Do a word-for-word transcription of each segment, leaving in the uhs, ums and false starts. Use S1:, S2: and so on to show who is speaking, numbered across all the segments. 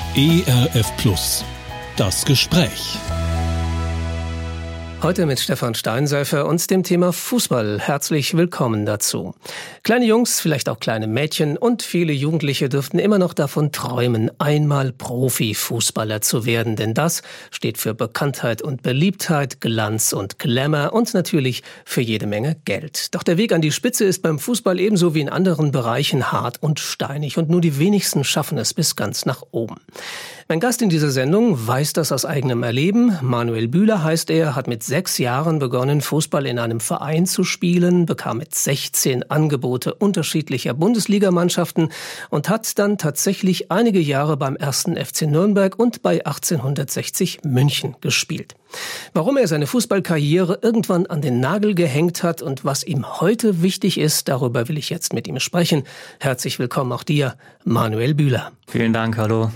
S1: E R F Plus. Das Gespräch.
S2: Heute mit Stefan Steinseiffer und dem Thema Fußball. Herzlich willkommen dazu. Kleine Jungs, vielleicht auch kleine Mädchen und viele Jugendliche dürften immer noch davon träumen, einmal Profifußballer zu werden. Denn das steht für Bekanntheit und Beliebtheit, Glanz und Glamour und natürlich für jede Menge Geld. Doch der Weg an die Spitze ist beim Fußball ebenso wie in anderen Bereichen hart und steinig. Und nur die wenigsten schaffen es bis ganz nach oben. Mein Gast in dieser Sendung weiß das aus eigenem Erleben. Manuel Bühler heißt er, hat mit sechs Jahren begonnen, Fußball in einem Verein zu spielen, bekam mit sechzehn Angebote unterschiedlicher Bundesligamannschaften und hat dann tatsächlich einige Jahre beim ersten F C Nürnberg und bei achtzehnhundertsechzig München gespielt. Warum er seine Fußballkarriere irgendwann an den Nagel gehängt hat und was ihm heute wichtig ist, darüber will ich jetzt mit ihm sprechen. Herzlich willkommen auch dir, Manuel Bühler.
S3: Vielen Dank, hallo.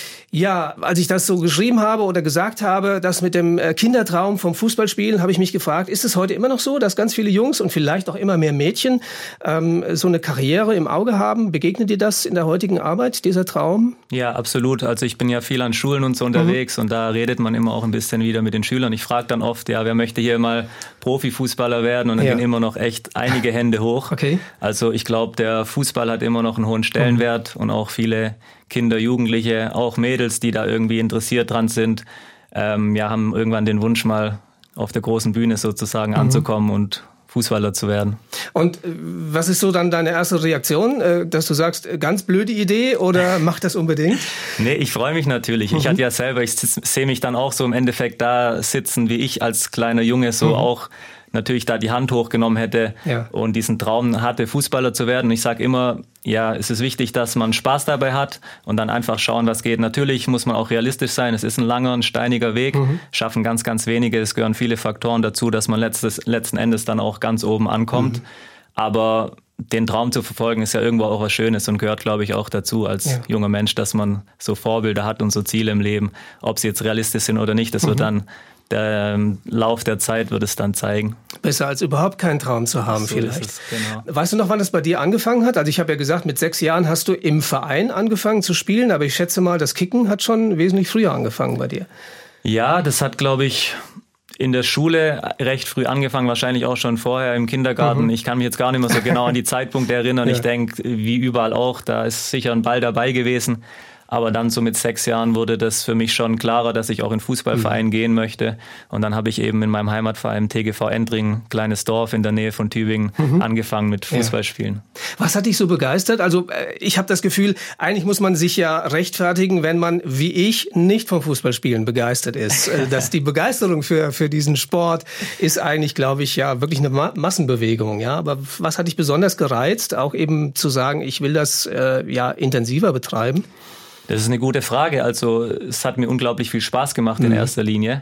S2: Ja, als ich das so geschrieben habe oder gesagt habe, das mit dem Kindertraum vom Fußballspielen, habe ich mich gefragt, ist es heute immer noch so, dass ganz viele Jungs und vielleicht auch immer mehr Mädchen ähm, so eine Karriere im Auge haben? Begegnet dir das in der heutigen Arbeit, dieser Traum?
S3: Ja, absolut. Also ich bin ja viel an Schulen und so unterwegs mhm. und da redet man immer auch ein bisschen wieder mit den Schülern. Ich frage dann oft, ja, wer möchte hier mal Profifußballer werden? Und dann ja. gehen immer noch echt einige Hände hoch. Okay. Also ich glaube, der Fußball hat immer noch einen hohen Stellenwert mhm. und auch viele Kinder, Jugendliche, auch Mädels, die da irgendwie interessiert dran sind, ähm, ja, haben irgendwann den Wunsch, mal auf der großen Bühne sozusagen mhm. anzukommen und Fußballer zu werden. Und was ist so dann deine erste Reaktion, dass du sagst, ganz blöde Idee oder mach das unbedingt? Nee, ich freue mich natürlich. Mhm. Ich hatte ja selber, ich sehe mich dann auch so im Endeffekt da sitzen, wie ich als kleiner Junge so mhm. auch natürlich da die Hand hochgenommen hätte ja. und diesen Traum hatte, Fußballer zu werden. Und ich sage immer, ja, es ist wichtig, dass man Spaß dabei hat und dann einfach schauen, was geht. Natürlich muss man auch realistisch sein. Es ist ein langer, ein steiniger Weg. Mhm. Schaffen ganz, ganz wenige. Es gehören viele Faktoren dazu, dass man letztes, letzten Endes dann auch ganz oben ankommt. Mhm. Aber den Traum zu verfolgen ist ja irgendwo auch was Schönes und gehört, glaube ich, auch dazu als ja. junger Mensch, dass man so Vorbilder hat und so Ziele im Leben. Ob sie jetzt realistisch sind oder nicht, das mhm. wird dann der ähm, Lauf der Zeit wird es dann zeigen. Besser als überhaupt keinen Traum zu haben, so vielleicht. Es, genau. Weißt du noch, wann das bei dir angefangen hat? Also ich habe ja gesagt, mit sechs Jahren hast du im Verein angefangen zu spielen, aber ich schätze mal, das Kicken hat schon wesentlich früher angefangen bei dir. Ja, das hat, glaube ich, in der Schule recht früh angefangen, wahrscheinlich auch schon vorher im Kindergarten. Mhm. Ich kann mich jetzt gar nicht mehr so genau an die Zeitpunkte erinnern. Ja. Ich denke, wie überall auch, da ist sicher ein Ball dabei gewesen. Aber dann so mit sechs Jahren wurde das für mich schon klarer, dass ich auch in Fußballverein mhm. gehen möchte. Und dann habe ich eben in meinem Heimatverein T G V Endringen, kleines Dorf in der Nähe von Tübingen, mhm. angefangen mit Fußballspielen. Ja. Was hat dich so begeistert? Also ich habe das Gefühl, eigentlich muss man sich ja rechtfertigen, wenn man, wie ich, nicht vom Fußballspielen begeistert ist. Dass die Begeisterung für, für diesen Sport ist eigentlich, glaube ich, ja wirklich eine Ma- Massenbewegung. Ja, aber was hat dich besonders gereizt, auch eben zu sagen, ich will das äh, ja intensiver betreiben? Das ist eine gute Frage. Also es hat mir unglaublich viel Spaß gemacht mhm. in erster Linie.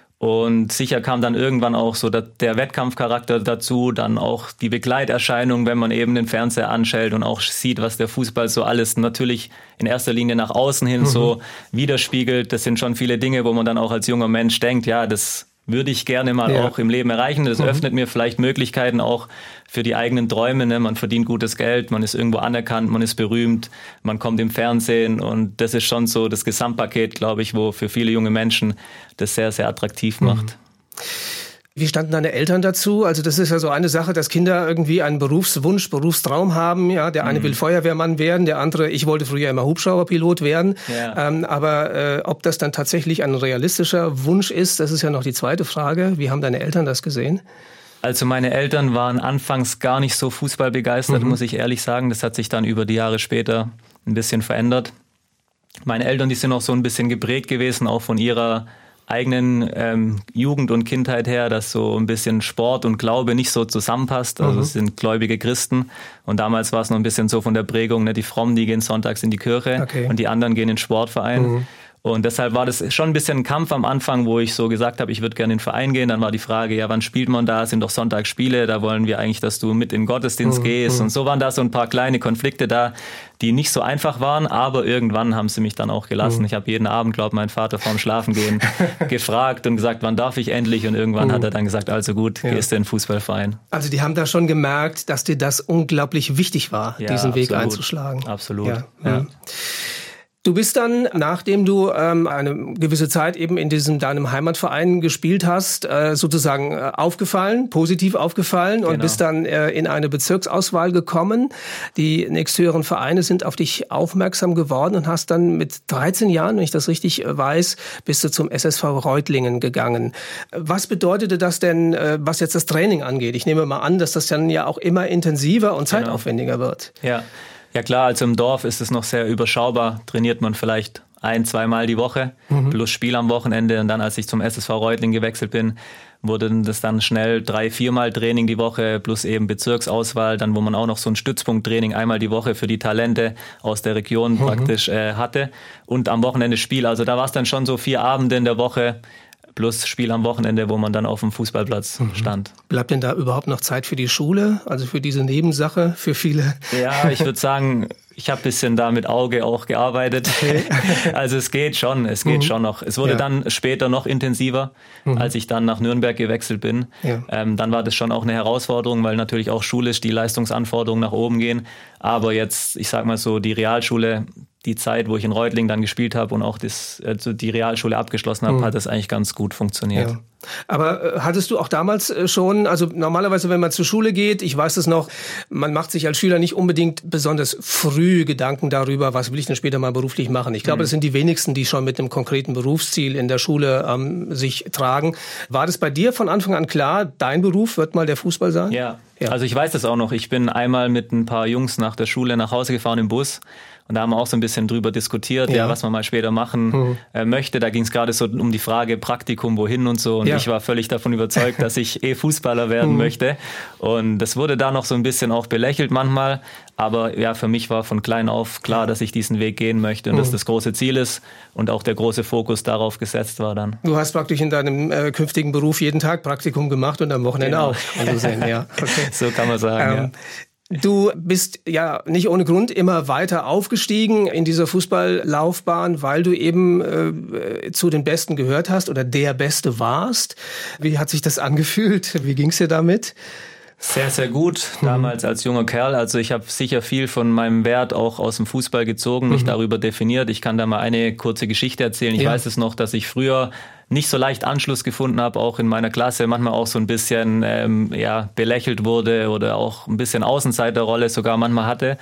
S3: Und sicher kam dann irgendwann auch so der Wettkampfcharakter dazu, dann auch die Begleiterscheinung, wenn man eben den Fernseher anschaltet und auch sieht, was der Fußball so alles natürlich in erster Linie nach außen hin mhm. so widerspiegelt. Das sind schon viele Dinge, wo man dann auch als junger Mensch denkt, ja, das würde ich gerne mal ja. auch im Leben erreichen. Das mhm. öffnet mir vielleicht Möglichkeiten auch für die eigenen Träume. Ne? Man verdient gutes Geld, man ist irgendwo anerkannt, man ist berühmt, man kommt im Fernsehen und das ist schon so das Gesamtpaket, glaube ich, wo für viele junge Menschen das sehr, sehr attraktiv macht. Mhm. Wie standen deine Eltern dazu? Also das ist ja so eine Sache, dass Kinder irgendwie einen Berufswunsch, Berufstraum haben. Ja, der eine mhm. will Feuerwehrmann werden, der andere, ich wollte früher immer Hubschrauberpilot werden. Ja. Ähm, aber äh, ob das dann tatsächlich ein realistischer Wunsch ist, das ist ja noch die zweite Frage. Wie haben deine Eltern das gesehen? Also meine Eltern waren anfangs gar nicht so fußballbegeistert, mhm. muss ich ehrlich sagen. Das hat sich dann über die Jahre später ein bisschen verändert. Meine Eltern, die sind auch so ein bisschen geprägt gewesen, auch von ihrer eigenen ähm, Jugend und Kindheit her, dass so ein bisschen Sport und Glaube nicht so zusammenpasst. Also mhm. es sind gläubige Christen und damals war es noch ein bisschen so von der Prägung, ne, die Frommen, die gehen sonntags in die Kirche okay. und die anderen gehen in den Sportverein. Mhm. Und deshalb war das schon ein bisschen ein Kampf am Anfang, wo ich so gesagt habe, ich würde gerne in den Verein gehen. Dann war die Frage, ja, wann spielt man da? Es sind doch Sonntagsspiele, da wollen wir eigentlich, dass du mit in den Gottesdienst mhm. gehst. Und so waren da so ein paar kleine Konflikte da, die nicht so einfach waren, aber irgendwann haben sie mich dann auch gelassen. Mhm. Ich habe jeden Abend, glaube ich, meinen Vater vorm Schlafengehen gefragt und gesagt, wann darf ich endlich? Und irgendwann mhm. hat er dann gesagt, also gut, ja. gehst du in den Fußballverein. Also die haben da schon gemerkt, dass dir das unglaublich wichtig war, ja, diesen absolut. Weg einzuschlagen. Absolut. Ja. Ja.
S2: Du bist dann, nachdem du ähm, eine gewisse Zeit eben in diesem deinem Heimatverein gespielt hast, äh, sozusagen äh, aufgefallen, positiv aufgefallen genau. und bist dann äh, in eine Bezirksauswahl gekommen. Die nächsthöheren Vereine sind auf dich aufmerksam geworden und hast dann mit dreizehn Jahren, wenn ich das richtig äh, weiß, bist du zum S S V Reutlingen gegangen. Was bedeutete das denn, äh, was jetzt das Training angeht? Ich nehme mal an, dass das dann ja auch immer intensiver und zeitaufwendiger genau. wird.
S3: Ja. Ja klar, also im Dorf ist es noch sehr überschaubar, trainiert man vielleicht ein-, zweimal die Woche, mhm. plus Spiel am Wochenende. Und dann, als ich zum S S V Reutlingen gewechselt bin, wurde das dann schnell drei-, viermal Training die Woche, plus eben Bezirksauswahl, dann wo man auch noch so ein Stützpunkttraining einmal die Woche für die Talente aus der Region mhm. praktisch äh, hatte. Und am Wochenende Spiel, also da war es dann schon so vier Abende in der Woche, plus Spiel am Wochenende, wo man dann auf dem Fußballplatz mhm. stand.
S2: Bleibt denn da überhaupt noch Zeit für die Schule, also für diese Nebensache, für viele?
S3: Ja, ich würde sagen, ich habe ein bisschen da mit Auge auch gearbeitet. Okay. Also es geht schon, es geht mhm. schon noch. Es wurde ja. dann später noch intensiver, mhm. als ich dann nach Nürnberg gewechselt bin. Ja. Ähm, dann war das schon auch eine Herausforderung, weil natürlich auch schulisch die Leistungsanforderungen nach oben gehen. Aber jetzt, ich sag mal so, die Realschule, die Zeit, wo ich in Reutlingen dann gespielt habe und auch das, also die Realschule abgeschlossen habe, mhm. hat das eigentlich ganz gut funktioniert.
S2: Ja. Aber äh, hattest du auch damals äh, schon, also normalerweise, wenn man zur Schule geht, ich weiß es noch, man macht sich als Schüler nicht unbedingt besonders früh Gedanken darüber, was will ich denn später mal beruflich machen. Ich glaube, mhm. das sind die wenigsten, die schon mit einem konkreten Berufsziel in der Schule ähm, sich tragen. War das bei dir von Anfang an klar, dein Beruf wird mal der Fußball sein?
S3: Ja, ja. Also ich weiß das auch noch. Ich bin einmal mit ein paar Jungs nach der Schule nach Hause gefahren im Bus. Und da haben wir auch so ein bisschen drüber diskutiert, ja. Ja, was man mal später machen mhm. äh, möchte. Da ging es gerade so um die Frage Praktikum, wohin und so. Und ja. ich war völlig davon überzeugt, dass ich eh Fußballer werden mhm. möchte. Und das wurde da noch so ein bisschen auch belächelt manchmal. Aber ja, für mich war von klein auf klar, dass ich diesen Weg gehen möchte und mhm. dass das große Ziel ist und auch der große Fokus darauf gesetzt war dann.
S2: Du hast praktisch in deinem äh, künftigen Beruf jeden Tag Praktikum gemacht und am Wochenende genau. auch. Also sehen, ja. Okay.
S3: So kann man sagen, ähm, ja.
S2: Du bist ja nicht ohne Grund immer weiter aufgestiegen in dieser Fußballlaufbahn, weil du eben äh, zu den Besten gehört hast oder der Beste warst. Wie hat sich das angefühlt? Wie ging's dir damit?
S3: Sehr, sehr gut. Damals als junger Kerl. Also ich habe sicher viel von meinem Wert auch aus dem Fußball gezogen, mich mhm. darüber definiert. Ich kann da mal eine kurze Geschichte erzählen. Ich ja. weiß es noch, dass ich früher nicht so leicht Anschluss gefunden habe, auch in meiner Klasse, manchmal auch so ein bisschen ähm, ja, belächelt wurde oder auch ein bisschen Außenseiterrolle sogar manchmal hatte.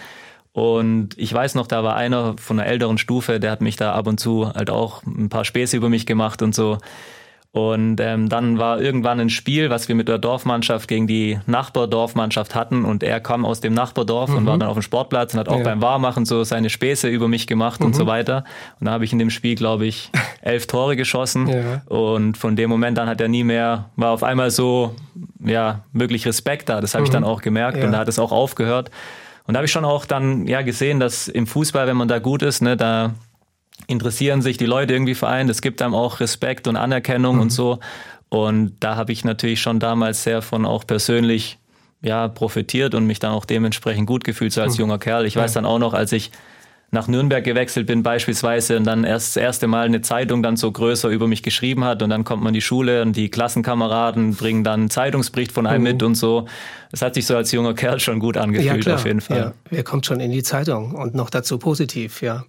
S3: Und ich weiß noch, da war einer von einer älteren Stufe, der hat mich da ab und zu halt auch ein paar Späße über mich gemacht und so. Und ähm, dann war irgendwann ein Spiel, was wir mit der Dorfmannschaft gegen die Nachbardorfmannschaft hatten und er kam aus dem Nachbardorf mhm. und war dann auf dem Sportplatz und hat auch ja. beim Warmmachen so seine Späße über mich gemacht mhm. und so weiter. Und da habe ich in dem Spiel, glaube ich, elf Tore geschossen ja. und von dem Moment an hat er nie mehr, war auf einmal so, ja, wirklich Respekt da. Das habe mhm. ich dann auch gemerkt ja. und da hat es auch aufgehört. Und da habe ich schon auch dann ja gesehen, dass im Fußball, wenn man da gut ist, ne, da interessieren sich die Leute irgendwie für einen. Es gibt einem auch Respekt und Anerkennung mhm. und so. Und da habe ich natürlich schon damals sehr von auch persönlich ja, profitiert und mich dann auch dementsprechend gut gefühlt, so als mhm. junger Kerl. Ich ja. weiß dann auch noch, als ich nach Nürnberg gewechselt bin beispielsweise und dann erst das erste Mal eine Zeitung dann so größer über mich geschrieben hat und dann kommt man in die Schule und die Klassenkameraden bringen dann einen Zeitungsbericht von einem mhm. mit und so. Das hat sich so als junger Kerl schon gut angefühlt, ja, klar. auf jeden Fall.
S2: Ja. Wer kommt schon in die Zeitung und noch dazu positiv, ja.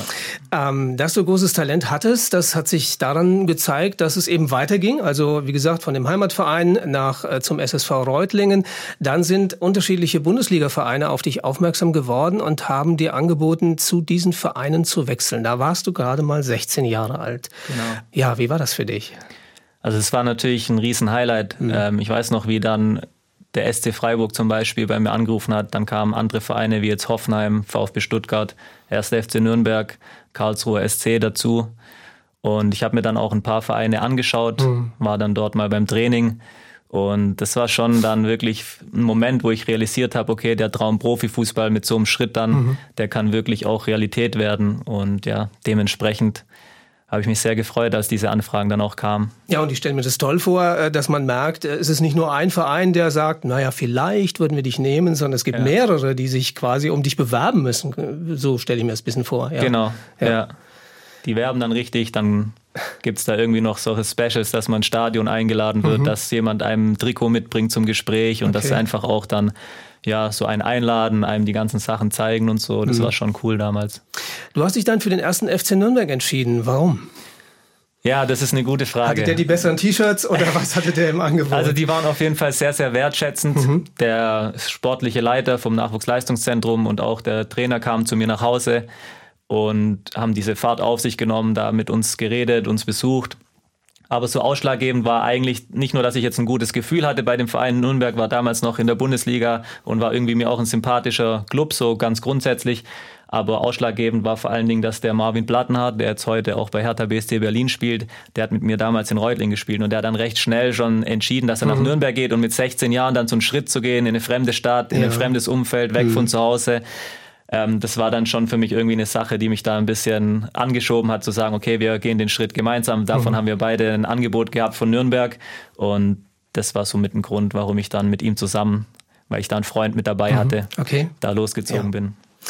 S2: ja. Ähm, dass du großes Talent hattest, das hat sich daran gezeigt, dass es eben weiterging. Also wie gesagt, von dem Heimatverein nach äh, zum S S V Reutlingen. Dann sind unterschiedliche Bundesliga-Vereine auf dich aufmerksam geworden und haben dir angeboten, zu diesen Vereinen zu wechseln. Da warst du gerade mal sechzehn Jahre alt. Genau. Ja, wie war das für dich?
S3: Also es war natürlich ein Riesen-Highlight. Mhm. Ähm, ich weiß noch, wie dann der S C Freiburg zum Beispiel bei mir angerufen hat. Dann kamen andere Vereine wie jetzt Hoffenheim, VfB Stuttgart, erster F C Nürnberg, Karlsruher S C dazu. Und ich habe mir dann auch ein paar Vereine angeschaut, mhm. war dann dort mal beim Training. Und das war schon dann wirklich ein Moment, wo ich realisiert habe, okay, der Traum Profifußball mit so einem Schritt dann, mhm. der kann wirklich auch Realität werden. Und ja, dementsprechend habe ich mich sehr gefreut, als diese Anfragen dann auch kamen.
S2: Ja, und ich stelle mir das toll vor, dass man merkt, es ist nicht nur ein Verein, der sagt, naja, vielleicht würden wir dich nehmen, sondern es gibt ja. mehrere, die sich quasi um dich bewerben müssen. So stelle ich mir das ein bisschen vor. Ja.
S3: Genau, ja. ja. Die werben dann richtig, dann gibt es da irgendwie noch solche Specials, dass man ins Stadion eingeladen wird, mhm. dass jemand einem ein Trikot mitbringt zum Gespräch und okay. dass einfach auch dann ja so einen einladen, einem die ganzen Sachen zeigen und so. Das mhm. war schon cool damals.
S2: Du hast dich dann für den ersten F C Nürnberg entschieden. Warum?
S3: Ja, das ist eine gute Frage.
S2: Hatte der die besseren T-Shirts oder was hatte der im Angebot?
S3: Also die waren auf jeden Fall sehr, sehr wertschätzend. Mhm. Der sportliche Leiter vom Nachwuchsleistungszentrum und auch der Trainer kamen zu mir nach Hause und haben diese Fahrt auf sich genommen, da mit uns geredet, uns besucht. Aber so ausschlaggebend war eigentlich nicht nur, dass ich jetzt ein gutes Gefühl hatte bei dem Verein. Nürnberg war damals noch in der Bundesliga und war irgendwie mir auch ein sympathischer Club, so ganz grundsätzlich. Aber ausschlaggebend war vor allen Dingen, dass der Marvin Plattenhardt, der jetzt heute auch bei Hertha B S C Berlin spielt, der hat mit mir damals in Reutlingen gespielt und der hat dann recht schnell schon entschieden, dass er mhm. nach Nürnberg geht und mit sechzehn Jahren dann so einen Schritt zu gehen in eine fremde Stadt, in ja. ein fremdes Umfeld, weg mhm. von zu Hause. Ähm, das war dann schon für mich irgendwie eine Sache, die mich da ein bisschen angeschoben hat, zu sagen, okay, wir gehen den Schritt gemeinsam. Davon mhm. haben wir beide ein Angebot gehabt von Nürnberg und das war somit ein Grund, warum ich dann mit ihm zusammen, weil ich da einen Freund mit dabei mhm. hatte, okay. da losgezogen ja. bin.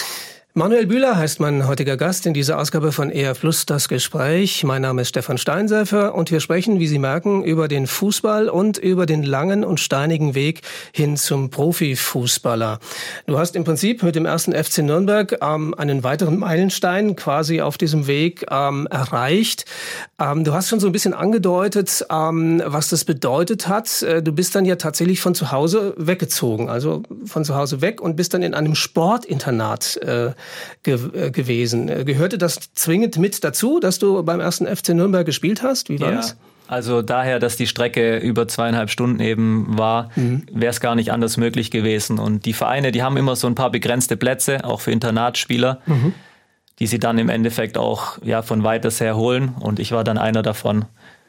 S2: Manuel Bühler heißt mein heutiger Gast in dieser Ausgabe von E R Plus das Gespräch. Mein Name ist Stefan Steinsäfer und wir sprechen, wie Sie merken, über den Fußball und über den langen und steinigen Weg hin zum Profifußballer. Du hast im Prinzip mit dem ersten F C Nürnberg ähm, einen weiteren Meilenstein quasi auf diesem Weg ähm, erreicht. Ähm, du hast schon so ein bisschen angedeutet, ähm, was das bedeutet hat. Äh, du bist dann ja tatsächlich von zu Hause weggezogen, also von zu Hause weg und bist dann in einem Sportinternat äh, Ge- gewesen. Gehörte das zwingend mit dazu, dass du beim ersten F C Nürnberg gespielt hast? Wie war
S3: ja.
S2: das?
S3: Also daher, dass die Strecke über zweieinhalb Stunden eben war, mhm. wäre es gar nicht anders möglich gewesen. Und die Vereine, die haben immer so ein paar begrenzte Plätze, auch für Internatsspieler, mhm. die sie dann im Endeffekt auch ja, von weiters her holen. Und ich war dann einer davon.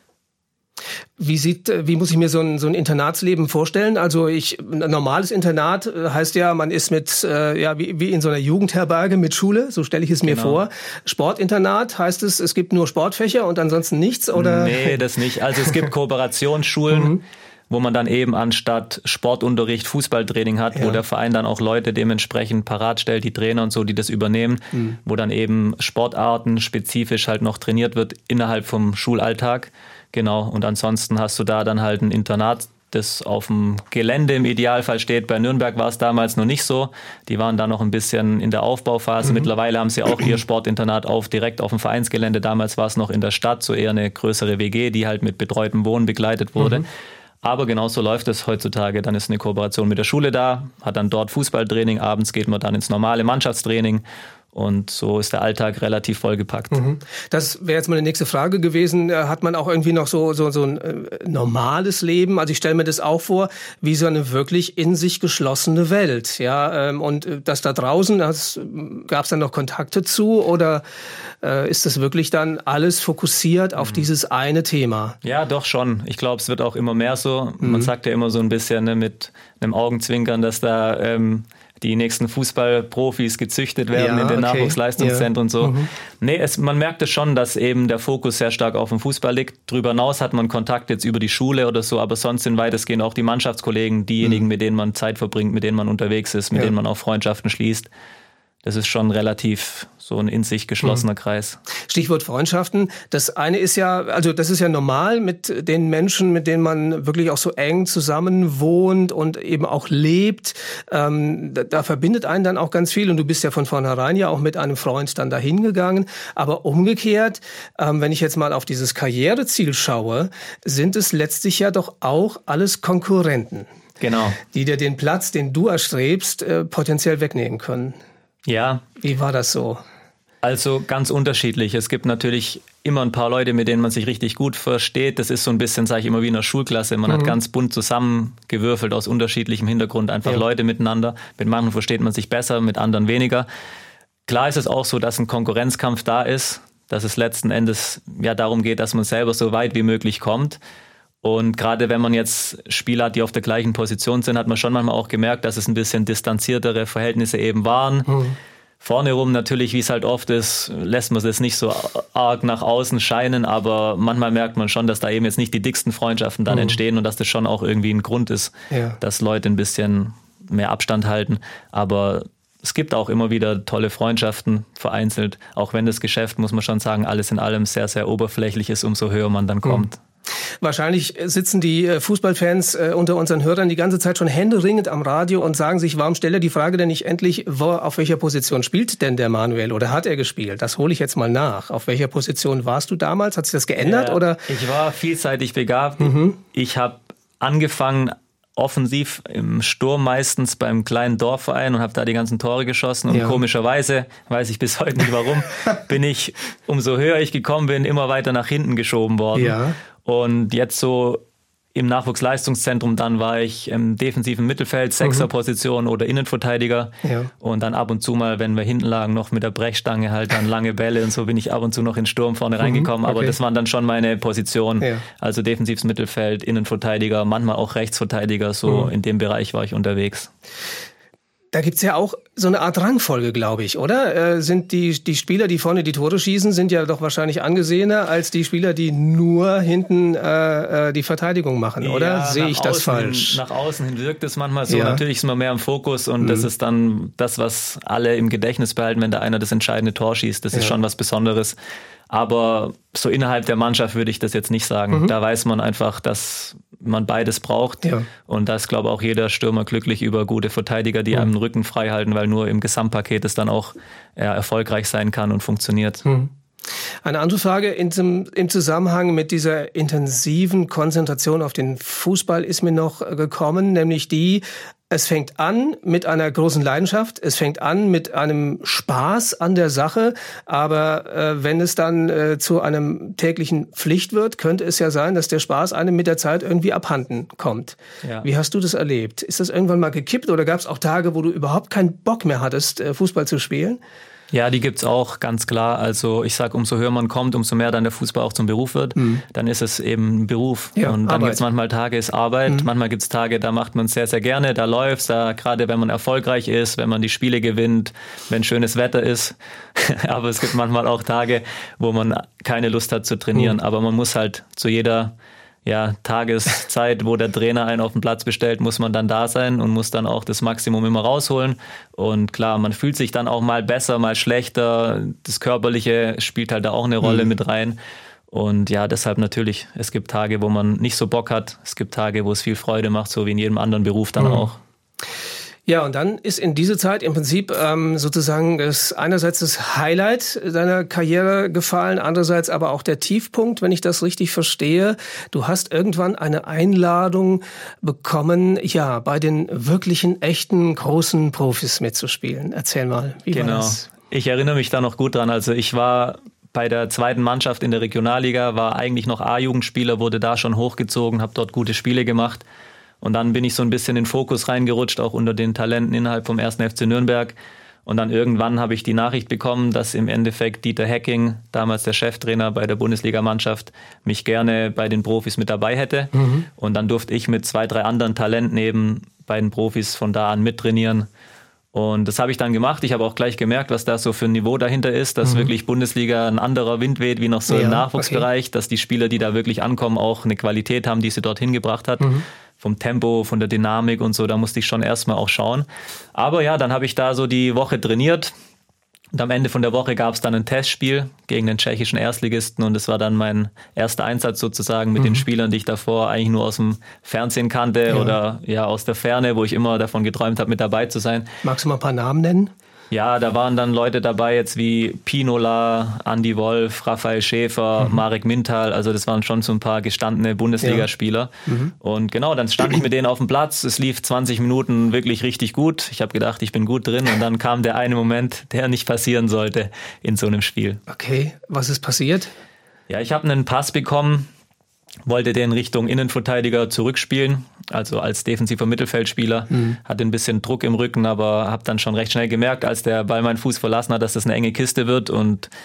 S2: Wie sieht, wie muss ich mir so ein, so ein Internatsleben vorstellen? Also ich, ein normales Internat heißt ja, man ist mit, äh, ja, wie, wie in so einer Jugendherberge mit Schule, so stelle ich es mir genau. vor. Sportinternat heißt es, es gibt nur Sportfächer und ansonsten nichts, oder?
S3: Nee, das nicht. Also es gibt Kooperationsschulen, mhm. wo man dann eben anstatt Sportunterricht Fußballtraining hat, ja. wo der Verein dann auch Leute dementsprechend parat stellt, die Trainer und so, die das übernehmen, mhm. wo dann eben Sportarten spezifisch halt noch trainiert wird innerhalb vom Schulalltag. Genau, und ansonsten hast du da dann halt ein Internat, das auf dem Gelände im Idealfall steht. Bei Nürnberg war es damals noch nicht so. Die waren da noch ein bisschen in der Aufbauphase. Mhm. Mittlerweile haben sie auch ihr Sportinternat auf, direkt auf dem Vereinsgelände. Damals war es noch in der Stadt, so eher eine größere W G, die halt mit betreutem Wohnen begleitet wurde. Mhm. Aber genauso läuft es heutzutage. Dann ist eine Kooperation mit der Schule da, hat dann dort Fußballtraining. Abends geht man dann ins normale Mannschaftstraining. Und so ist der Alltag relativ vollgepackt.
S2: Mhm. Das wäre jetzt mal eine nächste Frage gewesen. Hat man auch irgendwie noch so, so, so ein äh, normales Leben? Also ich stelle mir das auch vor, wie so eine wirklich in sich geschlossene Welt. Ja, ähm, und das da draußen, gab es dann noch Kontakte zu? Oder äh, ist das wirklich dann alles fokussiert auf mhm. dieses eine Thema?
S3: Ja, doch schon. Ich glaube, es wird auch immer mehr so. Mhm. Man sagt ja immer so ein bisschen ne, mit einem Augenzwinkern, dass da ähm, die nächsten Fußballprofis gezüchtet werden ja, in den okay. Nachwuchsleistungszentren und so. Mhm. Nee, es, man merkt es schon, dass eben der Fokus sehr stark auf dem Fußball liegt. Darüber hinaus hat man Kontakt jetzt über die Schule oder so, aber sonst sind weitestgehend auch die Mannschaftskollegen, diejenigen, mhm. mit denen man Zeit verbringt, mit denen man unterwegs ist, mit ja. denen man auch Freundschaften schließt. Das ist schon relativ so ein in sich geschlossener mhm. Kreis.
S2: Stichwort Freundschaften. Das eine ist ja, also das ist ja normal mit den Menschen, mit denen man wirklich auch so eng zusammen wohnt und eben auch lebt. Ähm, da, da verbindet einen dann auch ganz viel und du bist ja von vornherein ja auch mit einem Freund dann dahin gegangen. Aber umgekehrt, ähm, wenn ich jetzt mal auf dieses Karriereziel schaue, sind es letztlich ja doch auch alles Konkurrenten.
S3: Genau.
S2: Die dir den Platz, den du erstrebst, äh, potenziell wegnehmen können.
S3: Ja.
S2: Wie war das so?
S3: Also ganz unterschiedlich. Es gibt natürlich immer ein paar Leute, mit denen man sich richtig gut versteht. Das ist so ein bisschen, sage ich immer, wie in einer Schulklasse. Man mhm. hat ganz bunt zusammengewürfelt aus unterschiedlichem Hintergrund einfach ja. Leute miteinander. Mit manchen versteht man sich besser, mit anderen weniger. Klar ist es auch so, dass ein Konkurrenzkampf da ist, dass es letzten Endes ja darum geht, dass man selber so weit wie möglich kommt. Und gerade wenn man jetzt Spieler hat, die auf der gleichen Position sind, hat man schon manchmal auch gemerkt, dass es ein bisschen distanziertere Verhältnisse eben waren. Mhm. Vorne rum natürlich, wie es halt oft ist, lässt man es nicht so arg nach außen scheinen, aber manchmal merkt man schon, dass da eben jetzt nicht die dicksten Freundschaften dann mhm. entstehen und dass das schon auch irgendwie ein Grund ist, ja. dass Leute ein bisschen mehr Abstand halten. Aber es gibt auch immer wieder tolle Freundschaften vereinzelt, auch wenn das Geschäft, muss man schon sagen, alles in allem sehr, sehr oberflächlich ist, umso höher man dann kommt.
S2: Mhm. Wahrscheinlich sitzen die Fußballfans unter unseren Hörern die ganze Zeit schon händeringend am Radio und sagen sich, warum stellt er die Frage denn nicht endlich, wo, auf welcher Position spielt denn der Manuel oder hat er gespielt? Das hole ich jetzt mal nach. Auf welcher Position warst du damals? Hat sich das geändert?
S3: Ja,
S2: oder?
S3: Ich war vielseitig begabt.
S2: Mhm.
S3: Ich habe angefangen offensiv im Sturm meistens beim kleinen Dorfverein und habe da die ganzen Tore geschossen. Und ja. komischerweise, weiß ich bis heute nicht warum, bin ich, umso höher ich gekommen bin, immer weiter nach hinten geschoben worden.
S2: Ja.
S3: Und jetzt so im Nachwuchsleistungszentrum, dann war ich im defensiven Mittelfeld, Sechserposition mhm. oder Innenverteidiger. Ja. Und dann ab und zu mal, wenn wir hinten lagen, noch mit der Brechstange halt dann lange Bälle und so bin ich ab und zu noch in Sturm vorne mhm. reingekommen. Okay. Aber das waren dann schon meine Positionen. Ja. Also defensives Mittelfeld, Innenverteidiger, manchmal auch Rechtsverteidiger. So mhm. in dem Bereich war ich unterwegs.
S2: Da gibt's ja auch so eine Art Rangfolge, glaube ich, oder? Äh, sind die, die Spieler, die vorne die Tore schießen, sind ja doch wahrscheinlich angesehener als die Spieler, die nur hinten äh, die Verteidigung machen, oder?
S3: Ja,
S2: sehe ich das falsch?
S3: Hin, nach außen hin wirkt es manchmal so.
S2: Ja.
S3: Natürlich ist man mehr im Fokus und
S2: mhm.
S3: das ist dann das, was alle im Gedächtnis behalten, wenn da einer das entscheidende Tor schießt. Das ja. ist schon was Besonderes. Aber so innerhalb der Mannschaft würde ich das jetzt nicht sagen. Mhm. Da weiß man einfach, dass man beides braucht. Ja. Und da ist, glaube ich, auch jeder Stürmer glücklich über gute Verteidiger, die mhm. einem den Rücken frei halten, weil nur im Gesamtpaket es dann auch ja, erfolgreich sein kann und funktioniert.
S2: Mhm. Eine andere Frage in zum, im Zusammenhang mit dieser intensiven Konzentration auf den Fußball ist mir noch gekommen, nämlich die, es fängt an mit einer großen Leidenschaft, es fängt an mit einem Spaß an der Sache, aber äh, wenn es dann äh, zu einem täglichen Pflicht wird, könnte es ja sein, dass der Spaß einem mit der Zeit irgendwie abhanden kommt. Ja. Wie hast du das erlebt? Ist das irgendwann mal gekippt oder gab es auch Tage, wo du überhaupt keinen Bock mehr hattest, Fußball zu spielen?
S3: Ja, die gibt's auch, ganz klar. Also ich sag, umso höher man kommt, umso mehr dann der Fußball auch zum Beruf wird. Mhm. Dann ist es eben ein Beruf. Ja, und dann Arbeit. Gibt's manchmal Tage, ist Arbeit. Mhm. Manchmal gibt's Tage, da macht man es sehr, sehr gerne. Da läuft's, da gerade wenn man erfolgreich ist, wenn man die Spiele gewinnt, wenn schönes Wetter ist. Aber es gibt manchmal auch Tage, wo man keine Lust hat zu trainieren. Mhm. Aber man muss halt zu jeder ja, Tageszeit, wo der Trainer einen auf den Platz bestellt, muss man dann da sein und muss dann auch das Maximum immer rausholen. Und klar, man fühlt sich dann auch mal besser, mal schlechter. Das Körperliche spielt halt da auch eine Rolle mhm. mit rein. Und ja, deshalb natürlich, es gibt Tage, wo man nicht so Bock hat. Es gibt Tage, wo es viel Freude macht, so wie in jedem anderen Beruf dann mhm. auch.
S2: Ja, und dann ist in diese Zeit im Prinzip ähm, sozusagen das einerseits das Highlight deiner Karriere gefallen, andererseits aber auch der Tiefpunkt, wenn ich das richtig verstehe. Du hast irgendwann eine Einladung bekommen, ja, bei den wirklichen, echten, großen Profis mitzuspielen. Erzähl mal, wie
S3: genau.
S2: war das?
S3: Ich erinnere mich da noch gut dran. Also ich war bei der zweiten Mannschaft in der Regionalliga, war eigentlich noch A-Jugendspieler, wurde da schon hochgezogen, habe dort gute Spiele gemacht. Und dann bin ich so ein bisschen in den Fokus reingerutscht, auch unter den Talenten innerhalb vom ersten F C Nürnberg. Und dann irgendwann habe ich die Nachricht bekommen, dass im Endeffekt Dieter Hecking, damals der Cheftrainer bei der Bundesligamannschaft, mich gerne bei den Profis mit dabei hätte. Mhm. Und dann durfte ich mit zwei, drei anderen Talenten eben bei den Profis von da an mittrainieren. Und das habe ich dann gemacht. Ich habe auch gleich gemerkt, was da so für ein Niveau dahinter ist, dass mhm. wirklich Bundesliga ein anderer Wind weht, wie noch so ja, im Nachwuchsbereich, okay. dass die Spieler, die da wirklich ankommen, auch eine Qualität haben, die sie dorthin gebracht hat. Mhm. Vom Tempo, von der Dynamik und so, da musste ich schon erstmal auch schauen. Aber ja, dann habe ich da so die Woche trainiert und am Ende von der Woche gab es dann ein Testspiel gegen den tschechischen Erstligisten und das war dann mein erster Einsatz sozusagen mit mhm. den Spielern, die ich davor eigentlich nur aus dem Fernsehen kannte ja. oder ja aus der Ferne, wo ich immer davon geträumt habe, mit dabei zu sein.
S2: Magst du mal ein paar Namen nennen?
S3: Ja, da waren dann Leute dabei jetzt wie Pinola, Andi Wolf, Raphael Schäfer, mhm. Marek Mintal. Also das waren schon so ein paar gestandene Bundesligaspieler. Ja. Mhm. Und genau, dann stand ich mit denen auf dem Platz. Es lief zwanzig Minuten wirklich richtig gut. Ich habe gedacht, ich bin gut drin. Und dann kam der eine Moment, der nicht passieren sollte in so einem Spiel.
S2: Okay, was ist passiert?
S3: Ja, ich habe einen Pass bekommen, wollte den Richtung Innenverteidiger zurückspielen, also als defensiver Mittelfeldspieler, mhm. hatte ein bisschen Druck im Rücken, aber habe dann schon recht schnell gemerkt, als der Ball meinen Fuß verlassen hat, dass das eine enge Kiste wird und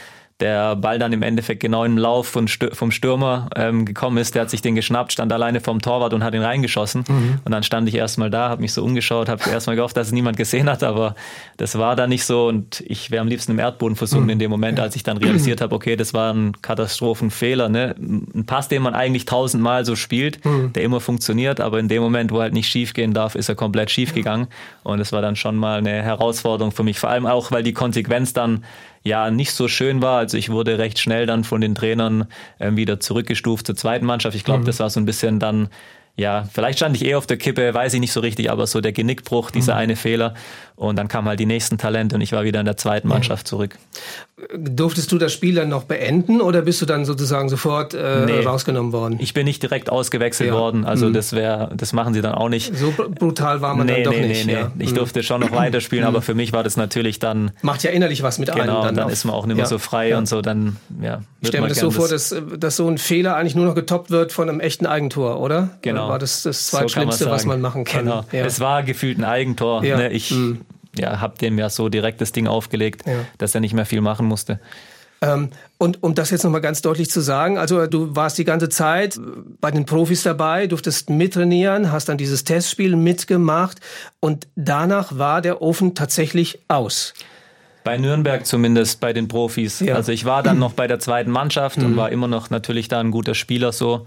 S3: der Ball dann im Endeffekt genau im Lauf von Stür- vom Stürmer ähm, gekommen ist. Der hat sich den geschnappt, stand alleine vorm Torwart und hat ihn reingeschossen. Mhm. Und dann stand ich erstmal da, habe mich so umgeschaut, habe erstmal gehofft, dass es niemand gesehen hat, aber das war da nicht so und ich wäre am liebsten im Erdboden versunken mhm. in dem Moment, als ich dann realisiert habe, okay, das war ein Katastrophenfehler. Ne? Ein Pass, den man eigentlich tausendmal so spielt, mhm. der immer funktioniert, aber in dem Moment, wo er halt nicht schief gehen darf, ist er komplett schief gegangen. Und das war dann schon mal eine Herausforderung für mich, vor allem auch, weil die Konsequenz dann ja nicht so schön war. Also ich wurde recht schnell dann von den Trainern äh, wieder zurückgestuft zur zweiten Mannschaft. Ich glaube, mhm. das war so ein bisschen dann, ja, vielleicht stand ich eh auf der Kippe, weiß ich nicht so richtig, aber so der Genickbruch, dieser mhm. eine Fehler. Und dann kamen halt die nächsten Talente und ich war wieder in der zweiten Mannschaft zurück.
S2: Durftest du das Spiel dann noch beenden oder bist du dann sozusagen sofort äh, nee, rausgenommen worden?
S3: Ich bin nicht direkt ausgewechselt ja. worden, also mhm. das wäre, das machen sie dann auch nicht.
S2: So brutal war man
S3: nee,
S2: dann doch
S3: nee,
S2: nicht.
S3: Nee, nee,
S2: ja.
S3: Ich durfte schon noch weiterspielen, aber für mich war das natürlich dann...
S2: Macht ja innerlich was mit einem.
S3: Genau,
S2: dann,
S3: dann
S2: auf,
S3: ist man auch nicht mehr ja. so frei ja. und so, dann ja.
S2: Ich stelle mir das so vor, dass, dass so ein Fehler eigentlich nur noch getoppt wird von einem echten Eigentor, oder?
S3: Genau.
S2: War das das Zweitschlimmste, so was man machen kann?
S3: Genau. Ja. Es war gefühlt ein Eigentor.
S2: Ja.
S3: Ne? Ich mhm. ja, habe dem ja so direkt das Ding aufgelegt, ja. dass er nicht mehr viel machen musste.
S2: Ähm, und um das jetzt nochmal ganz deutlich zu sagen, also du warst die ganze Zeit bei den Profis dabei, durftest mittrainieren, hast dann dieses Testspiel mitgemacht und danach war der Ofen tatsächlich aus.
S3: Bei Nürnberg zumindest, bei den Profis. Ja. Also ich war dann noch bei der zweiten Mannschaft mhm. und war immer noch natürlich da ein guter Spieler so.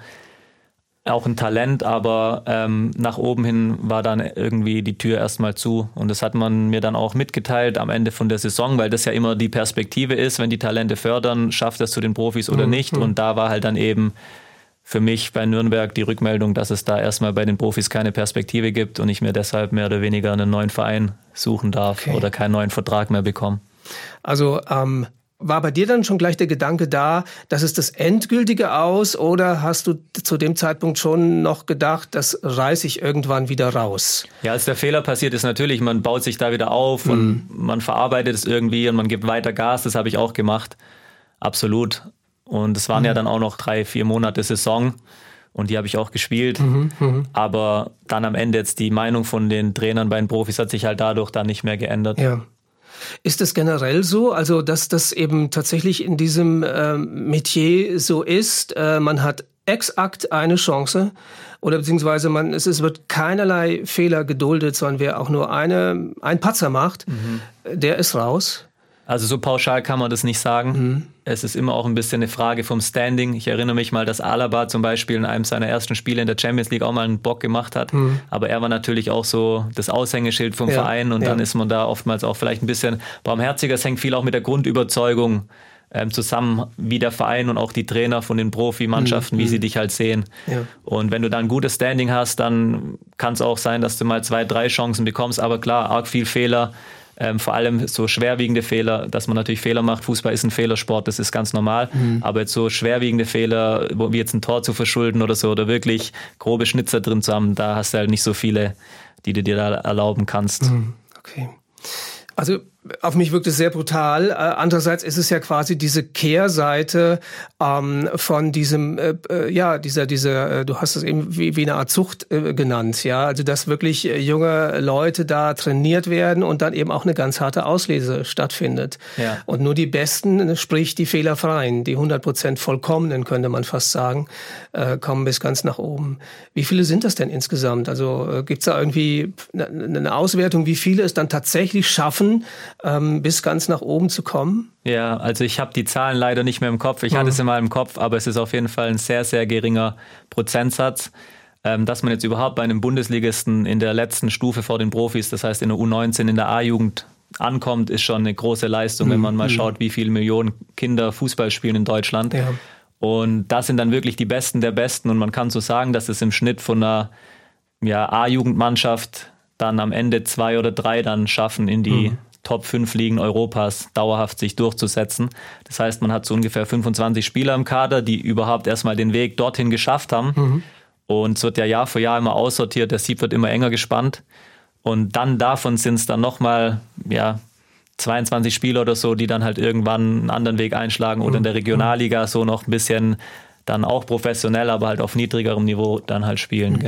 S3: Auch ein Talent, aber ähm, nach oben hin war dann irgendwie die Tür erstmal zu. Und das hat man mir dann auch mitgeteilt am Ende von der Saison, weil das ja immer die Perspektive ist, wenn die Talente fördern, schafft das zu den Profis oder mhm. nicht. Und da war halt dann eben für mich bei Nürnberg die Rückmeldung, dass es da erstmal bei den Profis keine Perspektive gibt und ich mir deshalb mehr oder weniger einen neuen Verein suchen darf okay. oder keinen neuen Vertrag mehr bekomme.
S2: Also ähm war bei dir dann schon gleich der Gedanke da, dass es das Endgültige aus oder hast du zu dem Zeitpunkt schon noch gedacht, das reiße ich irgendwann wieder raus?
S3: Ja, als der Fehler passiert ist natürlich, man baut sich da wieder auf mhm. und man verarbeitet es irgendwie und man gibt weiter Gas, das habe ich auch gemacht, absolut. Und es waren mhm. ja dann auch noch drei, vier Monate Saison und die habe ich auch gespielt, mhm. Mhm. aber dann am Ende jetzt die Meinung von den Trainern bei den Profis hat sich halt dadurch dann nicht mehr geändert.
S2: Ja. Ist es generell so, also dass das eben tatsächlich in diesem äh, Metier so ist, äh, man hat exakt eine Chance oder beziehungsweise man es, es wird keinerlei Fehler geduldet, sondern wer auch nur eine ein Patzer macht, mhm. der ist raus?
S3: Also so pauschal kann man das nicht sagen. Mhm. Es ist immer auch ein bisschen eine Frage vom Standing. Ich erinnere mich mal, dass Alaba zum Beispiel in einem seiner ersten Spiele in der Champions League auch mal einen Bock gemacht hat. Mhm. Aber er war natürlich auch so das Aushängeschild vom ja, Verein und ja. dann ist man da oftmals auch vielleicht ein bisschen barmherziger. Es hängt viel auch mit der Grundüberzeugung ähm, zusammen, wie der Verein und auch die Trainer von den Profimannschaften, mhm. wie sie dich halt sehen. Ja. Und wenn du dann ein gutes Standing hast, dann kann es auch sein, dass du mal zwei, drei Chancen bekommst. Aber klar, arg viel Fehler. Ähm, vor allem so schwerwiegende Fehler, dass man natürlich Fehler macht. Fußball ist ein Fehlersport, das ist ganz normal. Mhm. Aber jetzt so schwerwiegende Fehler, wie jetzt ein Tor zu verschulden oder so, oder wirklich grobe Schnitzer drin zu haben, da hast du halt nicht so viele, die du dir da erlauben kannst.
S2: Mhm. Okay. Also auf mich wirkt es sehr brutal. Äh, andererseits ist es ja quasi diese Kehrseite ähm, von diesem, äh, äh, ja, dieser, dieser, äh, du hast es eben wie, wie eine Art Zucht äh, genannt, ja, also dass wirklich äh, junge Leute da trainiert werden und dann eben auch eine ganz harte Auslese stattfindet. Ja. Und nur die Besten, sprich die Fehlerfreien, die hundert Prozent vollkommenen, könnte man fast sagen, äh, kommen bis ganz nach oben. Wie viele sind das denn insgesamt? Also äh, gibt's da irgendwie eine, eine Auswertung, wie viele es dann tatsächlich schaffen, Ähm, bis ganz nach oben zu kommen?
S3: Ja, also ich habe die Zahlen leider nicht mehr im Kopf. Ich mhm. hatte es immer im Kopf, aber es ist auf jeden Fall ein sehr, sehr geringer Prozentsatz. Ähm, dass man jetzt überhaupt bei einem Bundesligisten in der letzten Stufe vor den Profis, das heißt in der U neunzehn, in der A-Jugend ankommt, ist schon eine große Leistung, mhm. wenn man mal schaut, wie viele Millionen Kinder Fußball spielen in Deutschland. Ja. Und das sind dann wirklich die Besten der Besten. Und man kann so sagen, dass es im Schnitt von einer ja, A-Jugendmannschaft dann am Ende zwei oder drei dann schaffen, in die mhm. Top fünf Ligen Europas dauerhaft sich durchzusetzen. Das heißt, man hat so ungefähr fünfundzwanzig Spieler im Kader, die überhaupt erstmal den Weg dorthin geschafft haben. Mhm. Und es wird ja Jahr für Jahr immer aussortiert, der Sieb wird immer enger gespannt. Und dann davon sind es dann nochmal ja, zweiundzwanzig Spieler oder so, die dann halt irgendwann einen anderen Weg einschlagen oder in der Regionalliga so noch ein bisschen dann auch professionell, aber halt auf niedrigerem Niveau dann halt spielen, mhm. genau.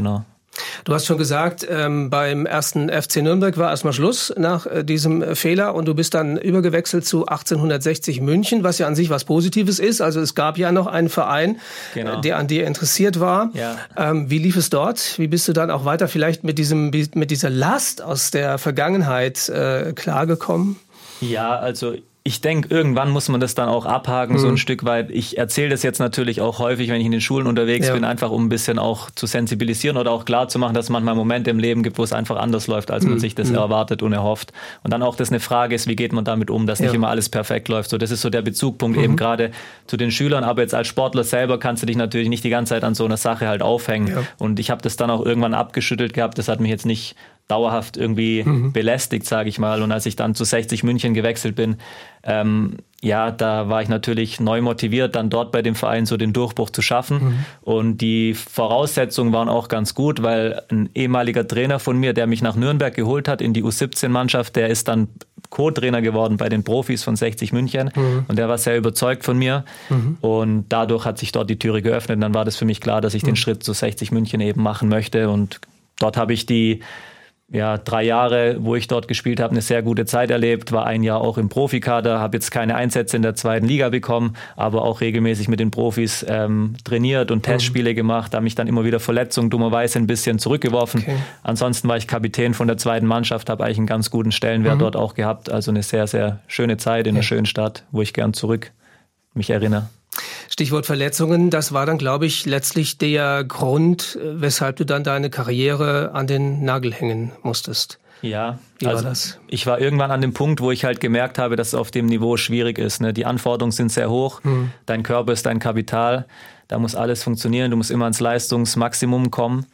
S2: Du hast schon gesagt, ähm, beim ersten F C Nürnberg war erstmal Schluss nach äh, diesem äh, Fehler und du bist dann übergewechselt zu achtzehnhundertsechzig München, was ja an sich was Positives ist. Also es gab ja noch einen Verein, genau. äh, der an dir interessiert war. Ja. Ähm, wie lief es dort? Wie bist du dann auch weiter vielleicht mit diesem mit dieser Last aus der Vergangenheit äh, klargekommen?
S3: Ja, also ich denke, irgendwann muss man das dann auch abhaken, mhm. so ein Stück weit. Ich erzähle das jetzt natürlich auch häufig, wenn ich in den Schulen unterwegs ja. bin, einfach um ein bisschen auch zu sensibilisieren oder auch klar zu machen, dass es manchmal Momente im Leben gibt, wo es einfach anders läuft, als mhm. man sich das mhm. erwartet und erhofft. Und dann auch das eine Frage ist, wie geht man damit um, dass ja. nicht immer alles perfekt läuft. So, das ist so der Bezugpunkt mhm. eben gerade zu den Schülern. Aber jetzt als Sportler selber kannst du dich natürlich nicht die ganze Zeit an so einer Sache halt aufhängen. Ja. Und ich habe das dann auch irgendwann abgeschüttelt gehabt. Das hat mich jetzt nicht dauerhaft irgendwie mhm. belästigt, sage ich mal. Und als ich dann zu sechzig München gewechselt bin, ähm, ja, da war ich natürlich neu motiviert, dann dort bei dem Verein so den Durchbruch zu schaffen. Mhm. Und die Voraussetzungen waren auch ganz gut, weil ein ehemaliger Trainer von mir, der mich nach Nürnberg geholt hat in die U siebzehn Mannschaft, der ist dann Co-Trainer geworden bei den Profis von sechzig München. Mhm. Und der war sehr überzeugt von mir. Mhm. Und dadurch hat sich dort die Türe geöffnet. Und dann war das für mich klar, dass ich mhm. den Schritt zu sechzig München eben machen möchte. Und dort habe ich die ja, drei Jahre, wo ich dort gespielt habe, eine sehr gute Zeit erlebt, war ein Jahr auch im Profikader, habe jetzt keine Einsätze in der zweiten Liga bekommen, aber auch regelmäßig mit den Profis ähm, trainiert und Testspiele gemacht, habe mich dann immer wieder Verletzungen dummerweise ein bisschen zurückgeworfen. Okay. Ansonsten war ich Kapitän von der zweiten Mannschaft, habe eigentlich einen ganz guten Stellenwert mhm. dort auch gehabt, also eine sehr, sehr schöne Zeit in ja. einer schönen Stadt, wo ich gern zurück mich erinnere.
S2: Stichwort Verletzungen, das war dann, glaube ich, letztlich der Grund, weshalb du dann deine Karriere an den Nagel hängen musstest.
S3: Ja, Wie also war das? Ich war irgendwann an dem Punkt, wo ich halt gemerkt habe, dass es auf dem Niveau schwierig ist. Ne? Die Anforderungen sind sehr hoch, hm. dein Körper ist dein Kapital, da muss alles funktionieren, du musst immer ans Leistungsmaximum kommen.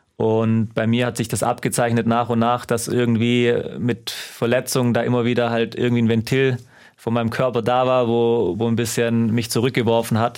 S3: Und bei mir hat sich das abgezeichnet nach und nach, dass irgendwie mit Verletzungen da immer wieder halt irgendwie ein Ventil von meinem Körper da war, wo, wo ein bisschen mich zurückgeworfen hat.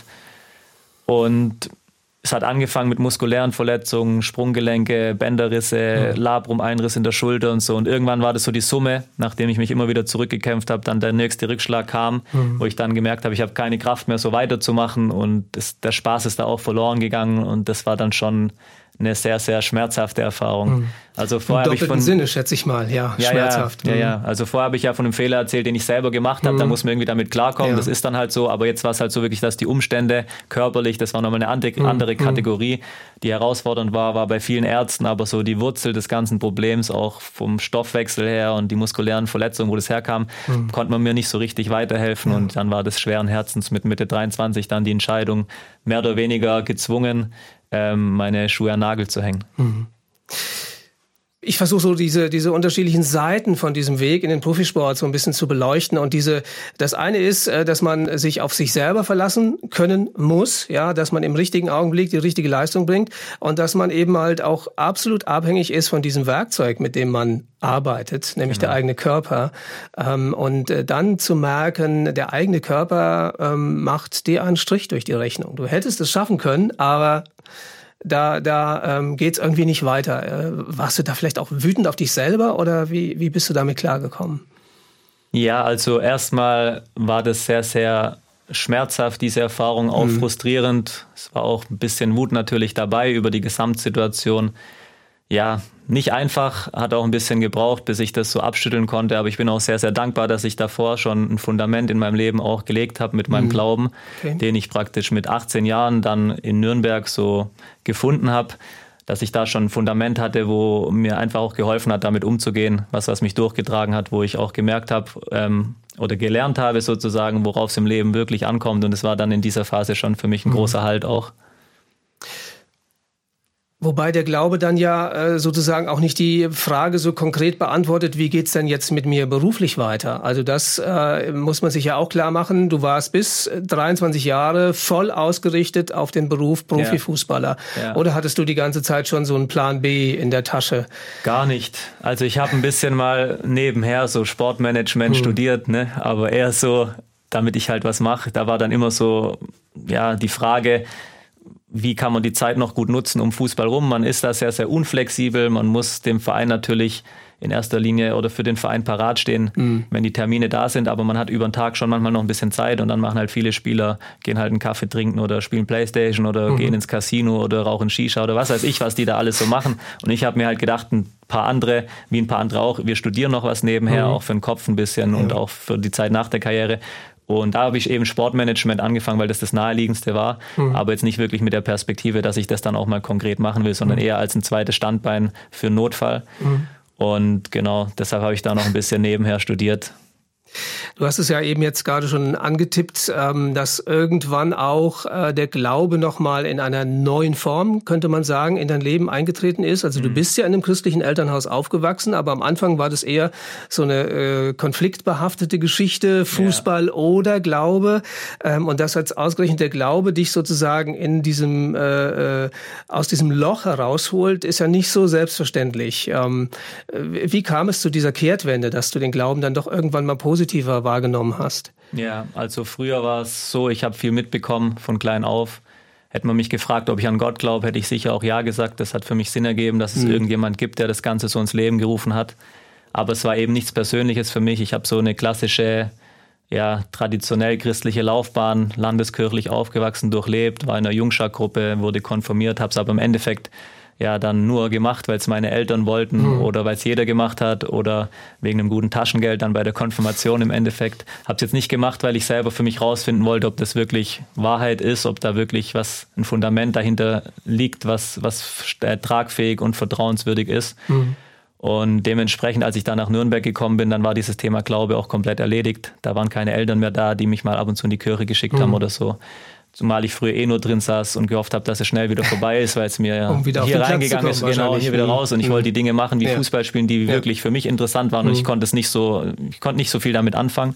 S3: Und es hat angefangen mit muskulären Verletzungen, Sprunggelenke, Bänderrisse, mhm. Labrum-Einriss in der Schulter und so. Und irgendwann war das so die Summe, nachdem ich mich immer wieder zurückgekämpft habe, dann der nächste Rückschlag kam, mhm. wo ich dann gemerkt habe, ich habe keine Kraft mehr, so weiterzumachen. Und das, der Spaß ist da auch verloren gegangen. Und das war dann schon eine sehr, sehr schmerzhafte Erfahrung.
S2: Mhm. Also vorher Im doppelten ich von, Sinne, schätze ich mal, ja, ja schmerzhaft.
S3: Ja, ja, ja, also vorher habe ich ja von einem Fehler erzählt, den ich selber gemacht habe, mhm. da muss man irgendwie damit klarkommen, ja. das ist dann halt so, aber jetzt war es halt so wirklich, dass die Umstände körperlich, das war nochmal eine andere, mhm. andere Kategorie, die herausfordernd war, war bei vielen Ärzten, aber so die Wurzel des ganzen Problems, auch vom Stoffwechsel her und die muskulären Verletzungen, wo das herkam, mhm. konnte man mir nicht so richtig weiterhelfen ja. und dann war das schweren Herzens mit Mitte dreiundzwanzig dann die Entscheidung, mehr oder weniger gezwungen, meine Schuhe an den Nagel zu hängen.
S2: Mhm. Ich versuche so diese diese unterschiedlichen Seiten von diesem Weg in den Profisport so ein bisschen zu beleuchten und diese das eine ist, dass man sich auf sich selber verlassen können muss, ja, dass man im richtigen Augenblick die richtige Leistung bringt und dass man eben halt auch absolut abhängig ist von diesem Werkzeug, mit dem man arbeitet, nämlich genau. der eigene Körper. Und dann zu merken, der eigene Körper macht dir einen Strich durch die Rechnung. Du hättest es schaffen können, aber Da, da ähm, geht's irgendwie nicht weiter. Äh, warst du da vielleicht auch wütend auf dich selber oder wie, wie bist du damit klargekommen?
S3: Ja, also erstmal war das sehr, sehr schmerzhaft, diese Erfahrung, auch mhm. frustrierend. Es war auch ein bisschen Wut natürlich dabei über die Gesamtsituation. Ja, nicht einfach, hat auch ein bisschen gebraucht, bis ich das so abschütteln konnte, aber ich bin auch sehr, sehr dankbar, dass ich davor schon ein Fundament in meinem Leben auch gelegt habe mit meinem mhm. Glauben, okay. den ich praktisch mit achtzehn Jahren dann in Nürnberg so gefunden habe, dass ich da schon ein Fundament hatte, wo mir einfach auch geholfen hat, damit umzugehen, was, was mich durchgetragen hat, wo ich auch gemerkt habe ähm, oder gelernt habe sozusagen, worauf es im Leben wirklich ankommt und es war dann in dieser Phase schon für mich ein mhm. großer Halt auch.
S2: Wobei der Glaube dann ja äh, sozusagen auch nicht die Frage so konkret beantwortet, wie geht's denn jetzt mit mir beruflich weiter? Also das äh, muss man sich ja auch klar machen. Du warst bis dreiundzwanzig Jahre voll ausgerichtet auf den Beruf Profifußballer. Ja. Ja. Oder hattest du die ganze Zeit schon so einen Plan B in der Tasche?
S3: Gar nicht. Also ich habe ein bisschen mal nebenher so Sportmanagement hm. studiert, ne? Aber eher so, damit ich halt was mache. Da war dann immer so ja die Frage, wie kann man die Zeit noch gut nutzen um Fußball rum. Man ist da sehr, sehr unflexibel. Man muss dem Verein natürlich in erster Linie oder für den Verein parat stehen, mhm. wenn die Termine da sind. Aber man hat über den Tag schon manchmal noch ein bisschen Zeit und dann machen halt viele Spieler, gehen halt einen Kaffee trinken oder spielen Playstation oder mhm. gehen ins Casino oder rauchen Shisha oder was weiß ich, was die da alles so machen. Und ich habe mir halt gedacht, ein paar andere, wie ein paar andere auch, wir studieren noch was nebenher, mhm. auch für den Kopf ein bisschen mhm. und auch für die Zeit nach der Karriere. Und da habe ich eben Sportmanagement angefangen, weil das das Naheliegendste war, mhm. aber jetzt nicht wirklich mit der Perspektive, dass ich das dann auch mal konkret machen will, sondern mhm. eher als ein zweites Standbein für einen Notfall. Mhm. Und genau, deshalb habe ich da noch ein bisschen nebenher studiert.
S2: Du hast es ja eben jetzt gerade schon angetippt, dass irgendwann auch der Glaube nochmal in einer neuen Form, könnte man sagen, in dein Leben eingetreten ist. Also du bist ja in einem christlichen Elternhaus aufgewachsen, aber am Anfang war das eher so eine äh, konfliktbehaftete Geschichte, Fußball ja. oder Glaube. Ähm, und dass jetzt ausgerechnet der Glaube dich sozusagen in diesem äh, aus diesem Loch herausholt, ist ja nicht so selbstverständlich. Ähm, wie kam es zu dieser Kehrtwende, dass du den Glauben dann doch irgendwann mal positiv wahrgenommen hast?
S3: Ja, also früher war es so, ich habe viel mitbekommen von klein auf. Hätte man mich gefragt, ob ich an Gott glaube, hätte ich sicher auch ja gesagt. Das hat für mich Sinn ergeben, dass es mhm. irgendjemand gibt, der das Ganze so ins Leben gerufen hat. Aber es war eben nichts Persönliches für mich. Ich habe so eine klassische, ja, traditionell christliche Laufbahn, landeskirchlich aufgewachsen, durchlebt, war in einer Jungschar-Gruppe, wurde konfirmiert, habe es aber im Endeffekt ja dann nur gemacht, weil es meine Eltern wollten mhm. oder weil es jeder gemacht hat oder wegen einem guten Taschengeld dann bei der Konfirmation im Endeffekt. Habe es jetzt nicht gemacht, weil ich selber für mich rausfinden wollte, ob das wirklich Wahrheit ist, ob da wirklich was, ein Fundament dahinter liegt, was, was tragfähig und vertrauenswürdig ist. Mhm. Und dementsprechend, als ich dann nach Nürnberg gekommen bin, dann war dieses Thema Glaube auch komplett erledigt. Da waren keine Eltern mehr da, die mich mal ab und zu in die Kirche geschickt mhm. haben oder so. Zumal ich früher eh nur drin saß und gehofft habe, dass es schnell wieder vorbei ist, weil es mir ja um hier reingegangen ist, genau, hier wieder raus. Und ich mhm. wollte die Dinge machen, wie ja. Fußball spielen, die ja. wirklich für mich interessant waren. Und mhm. ich konnte es nicht so, ich konnte nicht so viel damit anfangen.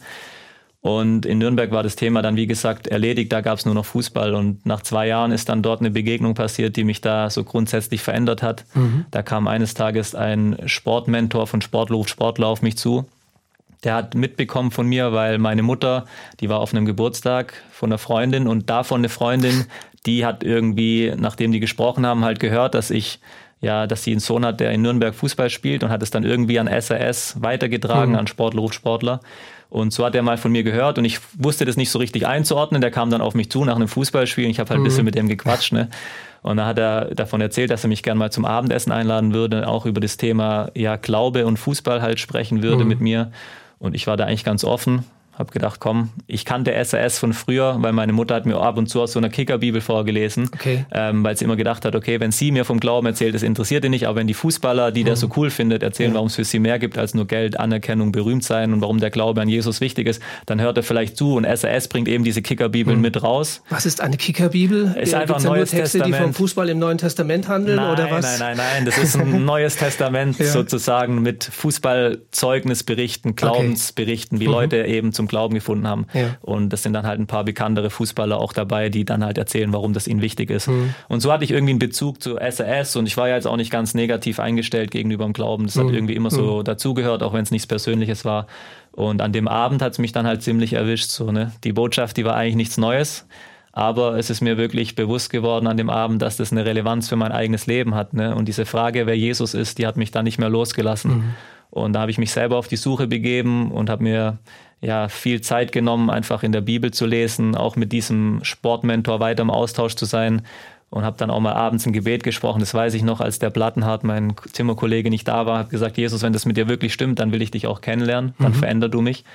S3: Und in Nürnberg war das Thema dann, wie gesagt, erledigt. Da gab es nur noch Fußball. Und nach zwei Jahren ist dann dort eine Begegnung passiert, die mich da so grundsätzlich verändert hat. Mhm. Da kam eines Tages ein Sportmentor von Sportler ruft Sportler auf mich zu. Der hat mitbekommen von mir, weil meine Mutter, die war auf einem Geburtstag von einer Freundin und davon eine Freundin, die hat irgendwie, nachdem die gesprochen haben, halt gehört, dass ich, ja, dass sie einen Sohn hat, der in Nürnberg Fußball spielt und hat es dann irgendwie an S R S weitergetragen, mhm. an Sportler ruft Sportler. Und so hat er mal von mir gehört und ich wusste das nicht so richtig einzuordnen. Der kam dann auf mich zu nach einem Fußballspiel und ich habe halt mhm. ein bisschen mit dem gequatscht, ne? Und da hat er davon erzählt, dass er mich gerne mal zum Abendessen einladen würde, auch über das Thema ja, Glaube und Fußball halt sprechen würde mhm. mit mir. Und ich war da eigentlich ganz offen, habe gedacht, komm, ich kannte S R S von früher, weil meine Mutter hat mir ab und zu aus so einer Kickerbibel vorgelesen, okay. ähm, weil sie immer gedacht hat, okay, wenn sie mir vom Glauben erzählt, das interessiert ihn nicht, aber wenn die Fußballer, die mhm. der so cool findet, erzählen, ja. warum es für sie mehr gibt als nur Geld, Anerkennung, berühmt sein und warum der Glaube an Jesus wichtig ist, dann hört er vielleicht zu und S R S bringt eben diese Kickerbibeln mhm. mit raus.
S2: Was ist eine Kickerbibel?
S3: Ist einfach ein neues
S2: Texte,
S3: Testament.
S2: Die vom Fußball im Neuen Testament handeln
S3: nein,
S2: oder was?
S3: Nein, nein, nein, das ist ein neues Testament ja. sozusagen mit Fußballzeugnisberichten, Glaubensberichten, okay. wie mhm. Leute eben zum Glauben gefunden haben. Ja. Und das sind dann halt ein paar bekanntere Fußballer auch dabei, die dann halt erzählen, warum das ihnen wichtig ist. Mhm. Und so hatte ich irgendwie einen Bezug zu S R S und ich war ja jetzt auch nicht ganz negativ eingestellt gegenüber dem Glauben. Das mhm. hat irgendwie immer so mhm. dazugehört, auch wenn es nichts Persönliches war. Und an dem Abend hat es mich dann halt ziemlich erwischt. So, ne? Die Botschaft, die war eigentlich nichts Neues. Aber es ist mir wirklich bewusst geworden an dem Abend, dass das eine Relevanz für mein eigenes Leben hat. Ne? Und diese Frage, wer Jesus ist, die hat mich dann nicht mehr losgelassen. Mhm. Und da habe ich mich selber auf die Suche begeben und habe mir ja viel Zeit genommen, einfach in der Bibel zu lesen, auch mit diesem Sportmentor weiter im Austausch zu sein und habe dann auch mal abends ein Gebet gesprochen. Das weiß ich noch, als der Plattenhardt, mein Zimmerkollege, nicht da war, habe gesagt, Jesus, wenn das mit dir wirklich stimmt, dann will ich dich auch kennenlernen, dann mhm. veränder du mich.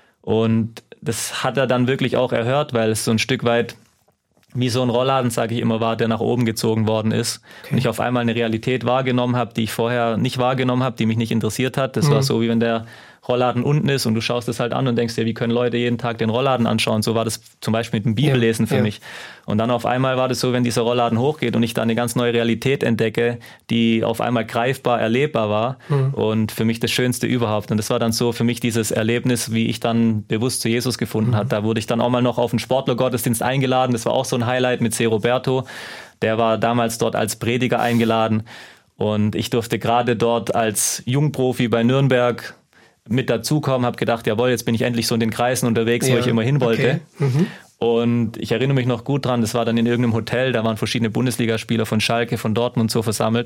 S3: Und das hat er dann wirklich auch erhört, weil es so ein Stück weit wie so ein Rollladen, sage ich immer, war, der nach oben gezogen worden ist. Okay. Und ich auf einmal eine Realität wahrgenommen habe, die ich vorher nicht wahrgenommen habe, die mich nicht interessiert hat. Das mhm. war so, wie wenn der Rollladen unten ist und du schaust es halt an und denkst dir, wie können Leute jeden Tag den Rollladen anschauen? So war das zum Beispiel mit dem Bibellesen ja, für ja. mich. Und dann auf einmal war das so, wenn dieser Rollladen hochgeht und ich da eine ganz neue Realität entdecke, die auf einmal greifbar, erlebbar war mhm. und für mich das Schönste überhaupt. Und das war dann so für mich dieses Erlebnis, wie ich dann bewusst zu Jesus gefunden mhm. habe. Da wurde ich dann auch mal noch auf einen Sportlergottesdienst eingeladen. Das war auch so ein Highlight mit C. Roberto. Der war damals dort als Prediger eingeladen und ich durfte gerade dort als Jungprofi bei Nürnberg mit dazukommen, habe gedacht, jawohl, jetzt bin ich endlich so in den Kreisen unterwegs, ja, wo ich immer hin wollte. Okay. Mhm. Und ich erinnere mich noch gut dran, das war dann in irgendeinem Hotel, da waren verschiedene Bundesligaspieler von Schalke, von Dortmund so versammelt.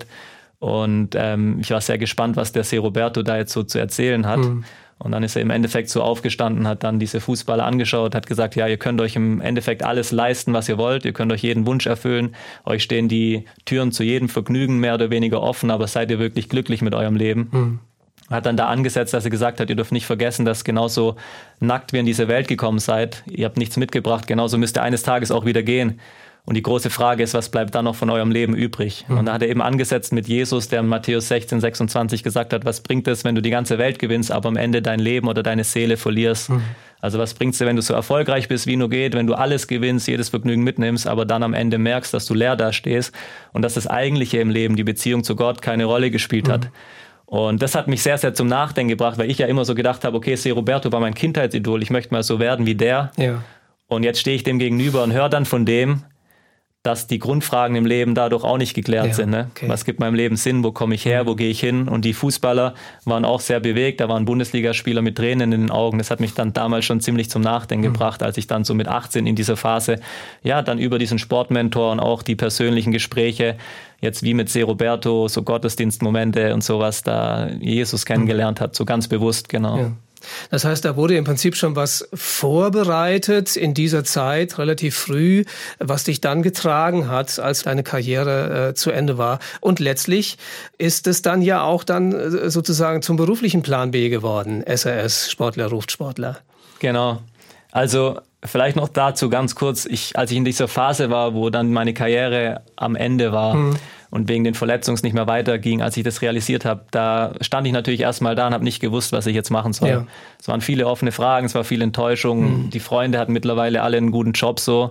S3: Und ähm, ich war sehr gespannt, was der C. Roberto da jetzt so zu erzählen hat. Mhm. Und dann ist er im Endeffekt so aufgestanden, hat dann diese Fußballer angeschaut, hat gesagt, ja, ihr könnt euch im Endeffekt alles leisten, was ihr wollt. Ihr könnt euch jeden Wunsch erfüllen. Euch stehen die Türen zu jedem Vergnügen mehr oder weniger offen, aber seid ihr wirklich glücklich mit eurem Leben? Mhm. Hat dann da angesetzt, dass er gesagt hat, ihr dürft nicht vergessen, dass genauso nackt wie ihr in diese Welt gekommen seid, ihr habt nichts mitgebracht, genauso müsst ihr eines Tages auch wieder gehen. Und die große Frage ist, was bleibt dann noch von eurem Leben übrig? Mhm. Und da hat er eben angesetzt mit Jesus, der in Matthäus sechzehn, sechsundzwanzig gesagt hat, was bringt es, wenn du die ganze Welt gewinnst, aber am Ende dein Leben oder deine Seele verlierst? Mhm. Also was bringt es dir, wenn du so erfolgreich bist, wie nur geht, wenn du alles gewinnst, jedes Vergnügen mitnimmst, aber dann am Ende merkst, dass du leer dastehst und dass das Eigentliche im Leben, die Beziehung zu Gott, keine Rolle gespielt mhm. hat. Und das hat mich sehr, sehr zum Nachdenken gebracht, weil ich ja immer so gedacht habe, okay, C. Roberto war mein Kindheitsidol, ich möchte mal so werden wie der. Ja. Und jetzt stehe ich dem gegenüber und höre dann von dem, dass die Grundfragen im Leben dadurch auch nicht geklärt ja, sind. Ne? Okay. Was gibt meinem Leben Sinn? Wo komme ich her? Wo gehe ich hin? Und die Fußballer waren auch sehr bewegt. Da waren Bundesligaspieler mit Tränen in den Augen. Das hat mich dann damals schon ziemlich zum Nachdenken mhm. gebracht, als ich dann so mit achtzehn in dieser Phase, ja, dann über diesen Sportmentor und auch die persönlichen Gespräche, jetzt wie mit C. Roberto, so Gottesdienstmomente und sowas, da Jesus kennengelernt mhm. hat, so ganz bewusst, genau. Ja.
S2: Das heißt, da wurde im Prinzip schon was vorbereitet in dieser Zeit, relativ früh, was dich dann getragen hat, als deine Karriere äh, zu Ende war. Und letztlich ist es dann ja auch dann äh, sozusagen zum beruflichen Plan B geworden. S R S, Sportler ruft Sportler.
S3: Genau. Also vielleicht noch dazu ganz kurz, ich, als ich in dieser Phase war, wo dann meine Karriere am Ende war, hm. und wegen den Verletzungen nicht mehr weiterging, als ich das realisiert habe, da stand ich natürlich erstmal da und habe nicht gewusst, was ich jetzt machen soll. Ja. Es waren viele offene Fragen, es war viel Enttäuschung. Mhm. Die Freunde hatten mittlerweile alle einen guten Job so.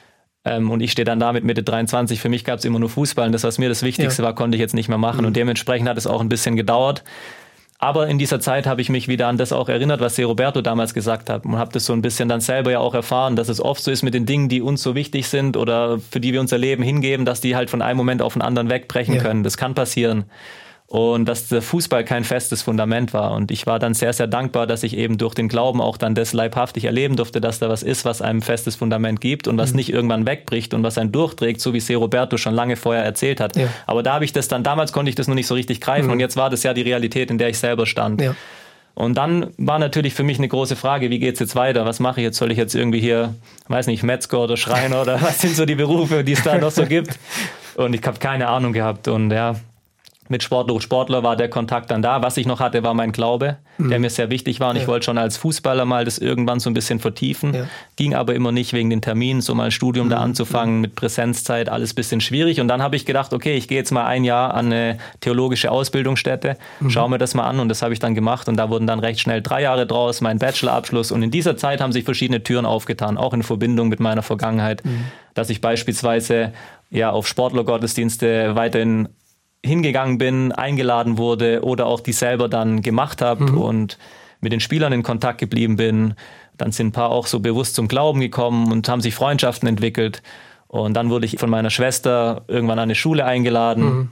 S3: Ähm, und ich stehe dann da mit Mitte dreiundzwanzig. Für mich gab es immer nur Fußball und das, was mir das Wichtigste ja. war, konnte ich jetzt nicht mehr machen. Mhm. Und dementsprechend hat es auch ein bisschen gedauert. Aber in dieser Zeit habe ich mich wieder an das auch erinnert, was C. Roberto damals gesagt hat und habe das so ein bisschen dann selber ja auch erfahren, dass es oft so ist mit den Dingen, die uns so wichtig sind oder für die wir unser Leben hingeben, dass die halt von einem Moment auf den anderen wegbrechen ja. können. Das kann passieren. Und dass der Fußball kein festes Fundament war. Und ich war dann sehr, sehr dankbar, dass ich eben durch den Glauben auch dann das leibhaftig erleben durfte, dass da was ist, was einem festes Fundament gibt und was mhm. nicht irgendwann wegbricht und was einen durchträgt, so wie C. Roberto schon lange vorher erzählt hat. Ja. Aber da habe ich das dann, damals konnte ich das noch nicht so richtig greifen mhm. und jetzt war das ja die Realität, in der ich selber stand. Ja. Und dann war natürlich für mich eine große Frage, wie geht's jetzt weiter? Was mache ich jetzt? Soll ich jetzt irgendwie hier, weiß nicht, Metzger oder Schreiner oder was sind so die Berufe, die es da noch so gibt? Und ich habe keine Ahnung gehabt und ja, mit Sportler und Sportler war der Kontakt dann da. Was ich noch hatte, war mein Glaube, mhm. der mir sehr wichtig war. Und ja. ich wollte schon als Fußballer mal das irgendwann so ein bisschen vertiefen. Ja. Ging aber immer nicht wegen den Terminen, so mal ein Studium mhm. da anzufangen mit Präsenzzeit, alles ein bisschen schwierig. Und dann habe ich gedacht, okay, ich gehe jetzt mal ein Jahr an eine theologische Ausbildungsstätte, mhm. schaue mir das mal an. Und das habe ich dann gemacht. Und da wurden dann recht schnell drei Jahre draus, mein Bachelorabschluss. Und in dieser Zeit haben sich verschiedene Türen aufgetan, auch in Verbindung mit meiner Vergangenheit. Mhm. Dass ich beispielsweise ja auf Sportlergottesdienste weiterhin hingegangen bin, eingeladen wurde oder auch die selber dann gemacht habe mhm. und mit den Spielern in Kontakt geblieben bin. Dann sind ein paar auch so bewusst zum Glauben gekommen und haben sich Freundschaften entwickelt. Und dann wurde ich von meiner Schwester irgendwann an eine Schule eingeladen mhm.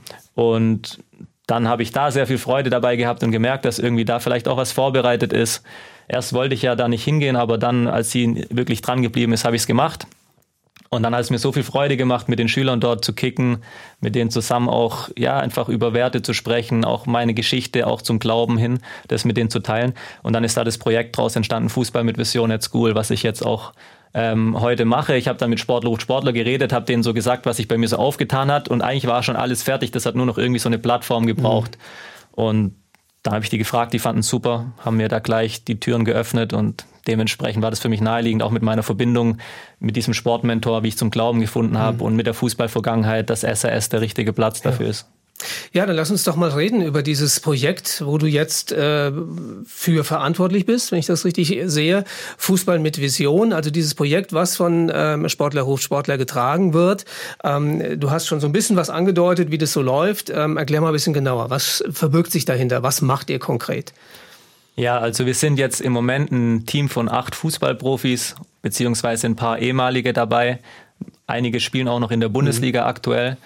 S3: und dann habe ich da sehr viel Freude dabei gehabt und gemerkt, dass irgendwie da vielleicht auch was vorbereitet ist. Erst wollte ich ja da nicht hingehen, aber dann, als sie wirklich dran geblieben ist, habe ich es gemacht. Und dann hat es mir so viel Freude gemacht, mit den Schülern dort zu kicken, mit denen zusammen auch ja einfach über Werte zu sprechen, auch meine Geschichte auch zum Glauben hin, das mit denen zu teilen. Und dann ist da das Projekt draus entstanden, Fußball mit Vision at School, was ich jetzt auch ähm, heute mache. Ich habe dann mit Sportler und Sportler geredet, habe denen so gesagt, was sich bei mir so aufgetan hat. Und eigentlich war schon alles fertig, das hat nur noch irgendwie so eine Plattform gebraucht. Mhm. Und da habe ich die gefragt, die fanden es super, haben mir da gleich die Türen geöffnet und dementsprechend war das für mich naheliegend, auch mit meiner Verbindung mit diesem Sportmentor, wie ich zum Glauben gefunden habe mhm. und mit der Fußballvergangenheit, dass S R S der richtige Platz dafür
S2: ja.
S3: ist.
S2: Ja, dann lass uns doch mal reden über dieses Projekt, wo du jetzt äh, für verantwortlich bist, wenn ich das richtig sehe. Fußball mit Vision, also dieses Projekt, was von ähm, Sportler ruft Sportler getragen wird. Ähm, du hast schon so ein bisschen was angedeutet, wie das so läuft. Ähm, erklär mal ein bisschen genauer, was verbirgt sich dahinter? Was macht ihr konkret?
S3: Ja, also wir sind jetzt im Moment ein Team von acht Fußballprofis, beziehungsweise ein paar ehemalige dabei. Einige spielen auch noch in der Bundesliga mhm. aktuell.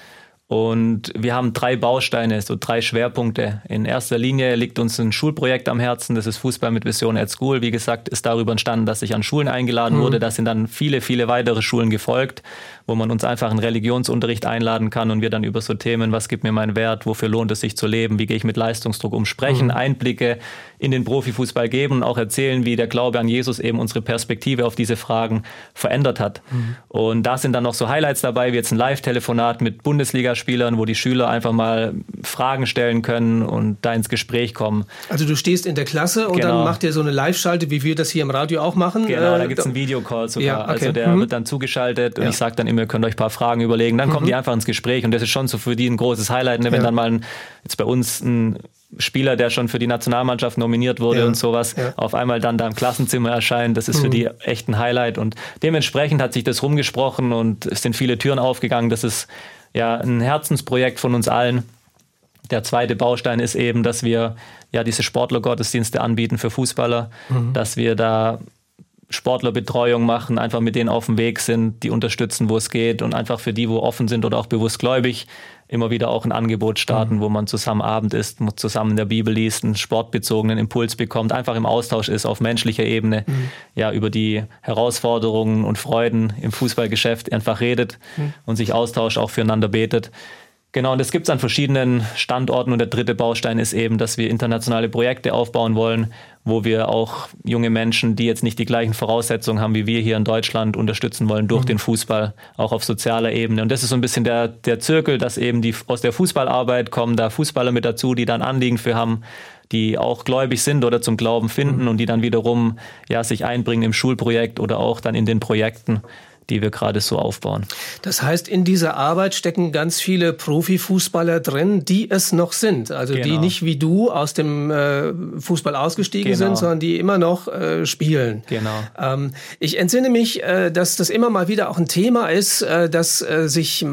S3: Und wir haben drei Bausteine, so drei Schwerpunkte. In erster Linie liegt uns ein Schulprojekt am Herzen, das ist Fußball mit Vision at School. Wie gesagt, ist darüber entstanden, dass ich an Schulen eingeladen mhm. wurde. Da sind dann viele, viele weitere Schulen gefolgt, wo man uns einfach einen Religionsunterricht einladen kann und wir dann über so Themen, was gibt mir meinen Wert, wofür lohnt es sich zu leben, wie gehe ich mit Leistungsdruck um, sprechen, mhm. Einblicke in den Profifußball geben und auch erzählen, wie der Glaube an Jesus eben unsere Perspektive auf diese Fragen verändert hat. Mhm. Und da sind dann noch so Highlights dabei, wie jetzt ein Live-Telefonat mit Bundesligaspielern, wo die Schüler einfach mal Fragen stellen können und da ins Gespräch kommen.
S2: Also du stehst in der Klasse und genau. dann macht ihr so eine Live-Schalte, wie wir das hier im Radio auch machen.
S3: Genau, da gibt es einen Videocall sogar. Ja, okay. Also der mhm. wird dann zugeschaltet und ja. ich sage dann immer, ihr könnt euch ein paar Fragen überlegen. Dann mhm. kommen die einfach ins Gespräch und das ist schon so für die ein großes Highlight, ne? Wenn ja. dann mal ein, jetzt bei uns ein Spieler, der schon für die Nationalmannschaft nominiert wurde ja. und sowas, ja. auf einmal dann da im Klassenzimmer erscheint. Das ist mhm. für die echt ein Highlight und dementsprechend hat sich das rumgesprochen und es sind viele Türen aufgegangen. Das ist ja ein Herzensprojekt von uns allen. Der zweite Baustein ist eben, dass wir ja diese Sportlergottesdienste anbieten für Fußballer, mhm. dass wir da Sportlerbetreuung machen, einfach mit denen auf dem Weg sind, die unterstützen, wo es geht und einfach für die, wo offen sind oder auch bewusst gläubig, immer wieder auch ein Angebot starten, mhm. wo man zusammen Abend isst, zusammen in der Bibel liest, einen sportbezogenen Impuls bekommt, einfach im Austausch ist auf menschlicher Ebene, mhm. ja über die Herausforderungen und Freuden im Fußballgeschäft einfach redet mhm. und sich austauscht, auch füreinander betet. Genau, und das gibt es an verschiedenen Standorten und der dritte Baustein ist eben, dass wir internationale Projekte aufbauen wollen, wo wir auch junge Menschen, die jetzt nicht die gleichen Voraussetzungen haben wie wir hier in Deutschland, unterstützen wollen durch mhm. den Fußball, auch auf sozialer Ebene. Und das ist so ein bisschen der, der Zirkel, dass eben die aus der Fußballarbeit kommen da Fußballer mit dazu, die dann Anliegen für haben, die auch gläubig sind oder zum Glauben finden mhm. und die dann wiederum ja, sich einbringen im Schulprojekt oder auch dann in den Projekten, die wir gerade so aufbauen.
S2: Das heißt, in dieser Arbeit stecken ganz viele Profifußballer drin, die es noch sind. Also genau. die nicht wie du aus dem äh, Fußball ausgestiegen genau. sind, sondern die immer noch äh, spielen.
S3: Genau.
S2: Ähm, ich entsinne mich, äh, dass das immer mal wieder auch ein Thema ist, äh, dass äh, sich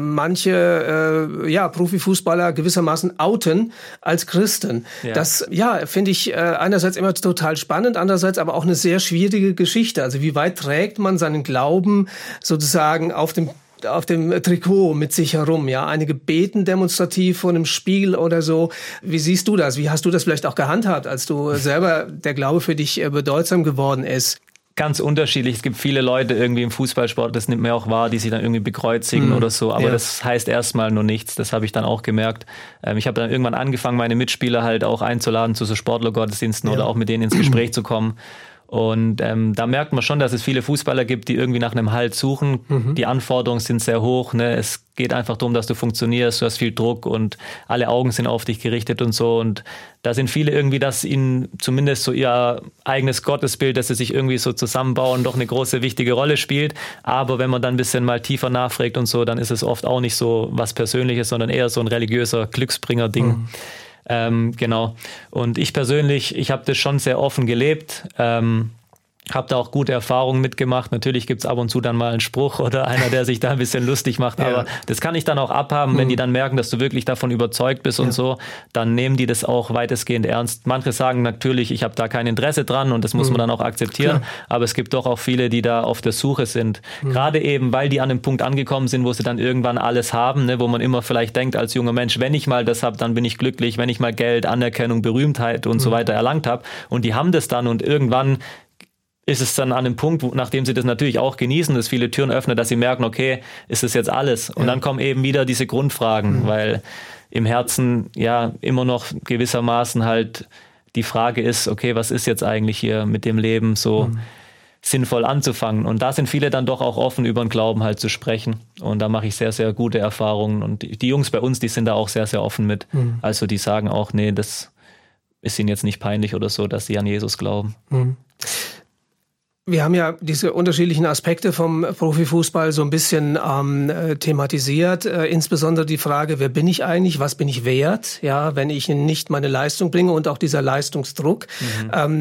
S2: manche äh, ja, Profifußballer gewissermaßen outen als Christen. Ja. Das ja, finde ich äh, einerseits immer total spannend, andererseits aber auch eine sehr schwierige Geschichte. Also wie weit trägt man seinen Glauben sozusagen auf dem auf dem Trikot mit sich herum, ja. Einige beten demonstrativ vor einem Spiel oder so. Wie siehst du das? Wie hast du das vielleicht auch gehandhabt, als du selber der Glaube für dich bedeutsam geworden ist?
S3: Ganz unterschiedlich. Es gibt viele Leute irgendwie im Fußballsport, das nimmt man auch wahr, die sich dann irgendwie bekreuzigen mhm. oder so. Aber ja. das heißt erstmal nur nichts. Das habe ich dann auch gemerkt. Ähm, ich habe dann irgendwann angefangen, meine Mitspieler halt auch einzuladen zu so Sportlergottesdiensten ja. oder auch mit denen ins Gespräch zu kommen. Und ähm, da merkt man schon, dass es viele Fußballer gibt, die irgendwie nach einem Halt suchen. Mhm. Die Anforderungen sind sehr hoch. Ne? Es geht einfach darum, dass du funktionierst, du hast viel Druck und alle Augen sind auf dich gerichtet und so. Und da sind viele irgendwie, dass ihnen zumindest so ihr eigenes Gottesbild, dass sie sich irgendwie so zusammenbauen, doch eine große, wichtige Rolle spielt. Aber wenn man dann ein bisschen mal tiefer nachfragt und so, dann ist es oft auch nicht so was Persönliches, sondern eher so ein religiöser Glücksbringer-Ding. Mhm. Ähm, genau. Und ich persönlich, ich habe das schon sehr offen gelebt, ähm, habe da auch gute Erfahrungen mitgemacht. Natürlich gibt's ab und zu dann mal einen Spruch oder einer, der sich da ein bisschen lustig macht, ja. aber das kann ich dann auch abhaben, mhm. wenn die dann merken, dass du wirklich davon überzeugt bist ja. und so, dann nehmen die das auch weitestgehend ernst. Manche sagen natürlich, ich habe da kein Interesse dran und das muss mhm. man dann auch akzeptieren, Klar. aber es gibt doch auch viele, die da auf der Suche sind. Mhm. Gerade eben, weil die an einem Punkt angekommen sind, wo sie dann irgendwann alles haben, ne, wo man immer vielleicht denkt als junger Mensch, wenn ich mal das habe, dann bin ich glücklich, wenn ich mal Geld, Anerkennung, Berühmtheit und mhm. so weiter erlangt habe und die haben das dann und irgendwann ist es dann an einem Punkt, wo, nachdem sie das natürlich auch genießen, dass viele Türen öffnen, dass sie merken, okay, ist das jetzt alles? Und ja. dann kommen eben wieder diese Grundfragen, mhm. weil im Herzen ja immer noch gewissermaßen halt die Frage ist, okay, was ist jetzt eigentlich hier mit dem Leben so mhm. sinnvoll anzufangen? Und da sind viele dann doch auch offen, über den Glauben halt zu sprechen. Und da mache ich sehr, sehr gute Erfahrungen. Und die, die Jungs bei uns, die sind da auch sehr, sehr offen mit. Mhm. Also die sagen auch, nee, das ist ihnen jetzt nicht peinlich oder so, dass sie an Jesus glauben.
S2: Mhm. Wir haben ja diese unterschiedlichen Aspekte vom Profifußball so ein bisschen ähm, thematisiert, äh, insbesondere die Frage, wer bin ich eigentlich, was bin ich wert, ja, wenn ich nicht meine Leistung bringe und auch dieser Leistungsdruck. Mhm. Ähm,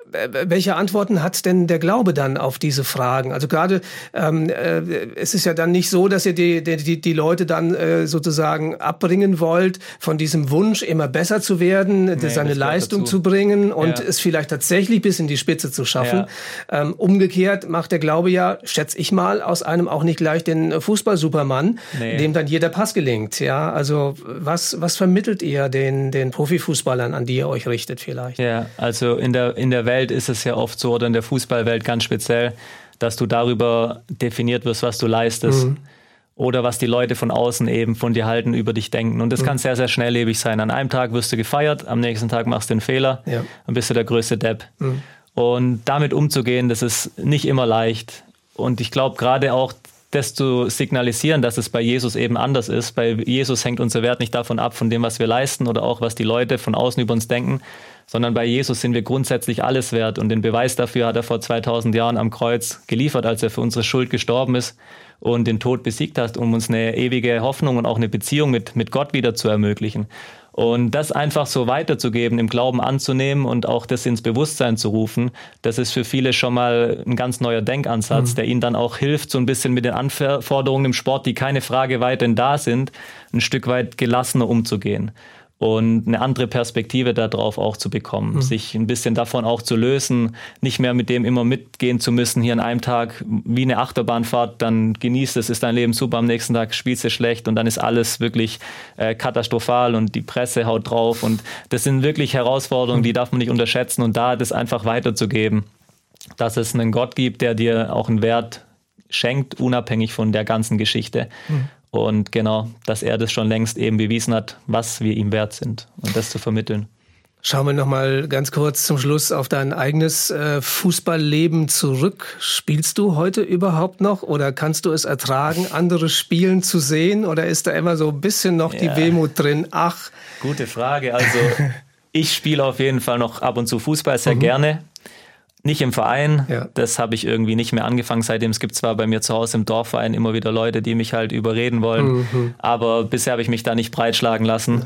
S2: welche Antworten hat denn der Glaube dann auf diese Fragen? Also gerade, ähm, äh, es ist ja dann nicht so, dass ihr die, die, die Leute dann äh, sozusagen abbringen wollt von diesem Wunsch, immer besser zu werden, nee, seine Leistung dazu. zu bringen und ja. es vielleicht tatsächlich bis in die Spitze zu schaffen. Ja. Ähm, umgekehrt macht der Glaube ja, schätze ich mal, aus einem auch nicht gleich den Fußball-Supermann, nee. dem dann jeder Pass gelingt. Ja, also was, was vermittelt ihr den, den Profifußballern, an die ihr euch richtet vielleicht?
S3: Ja, also in der, in der Welt ist es ja oft so, oder in der Fußballwelt ganz speziell, dass du darüber definiert wirst, was du leistest. Mhm. Oder was die Leute von außen eben von dir halten, über dich denken. Und das mhm. kann sehr, sehr schnelllebig sein. An einem Tag wirst du gefeiert, am nächsten Tag machst du einen Fehler ja. und bist du der größte Depp. Mhm. Und damit umzugehen, das ist nicht immer leicht. Und ich glaube, gerade auch das zu signalisieren, dass es bei Jesus eben anders ist. Bei Jesus hängt unser Wert nicht davon ab, von dem, was wir leisten oder auch, was die Leute von außen über uns denken, sondern bei Jesus sind wir grundsätzlich alles wert. Und den Beweis dafür hat er vor zweitausend Jahren am Kreuz geliefert, als er für unsere Schuld gestorben ist und den Tod besiegt hat, um uns eine ewige Hoffnung und auch eine Beziehung mit, mit Gott wieder zu ermöglichen. Und das einfach so weiterzugeben, im Glauben anzunehmen und auch das ins Bewusstsein zu rufen, das ist für viele schon mal ein ganz neuer Denkansatz, mhm. der ihnen dann auch hilft, so ein bisschen mit den Anforderungen im Sport, die keine Frage weiterhin da sind, ein Stück weit gelassener umzugehen. Und eine andere Perspektive darauf auch zu bekommen, mhm. sich ein bisschen davon auch zu lösen, nicht mehr mit dem immer mitgehen zu müssen, hier an einem Tag wie eine Achterbahnfahrt, dann genießt es, ist dein Leben super, am nächsten Tag spielst du schlecht und dann ist alles wirklich äh, katastrophal und die Presse haut drauf und das sind wirklich Herausforderungen, mhm. die darf man nicht unterschätzen und da das einfach weiterzugeben, dass es einen Gott gibt, der dir auch einen Wert schenkt, unabhängig von der ganzen Geschichte. Mhm. Und genau, dass er das schon längst eben bewiesen hat, was wir ihm wert sind und das zu vermitteln.
S2: Schauen wir noch mal ganz kurz zum Schluss auf dein eigenes äh, Fußballleben zurück. Spielst du heute überhaupt noch oder kannst du es ertragen, andere spielen zu sehen? Oder ist da immer so ein bisschen noch ja. die Wehmut drin? Ach.
S3: Gute Frage. Also ich spiele auf jeden Fall noch ab und zu Fußball sehr mhm. gerne. Nicht im Verein, ja. das habe ich irgendwie nicht mehr angefangen seitdem. Es gibt zwar bei mir zu Hause im Dorfverein immer wieder Leute, die mich halt überreden wollen, mhm. aber bisher habe ich mich da nicht breitschlagen lassen. Ja.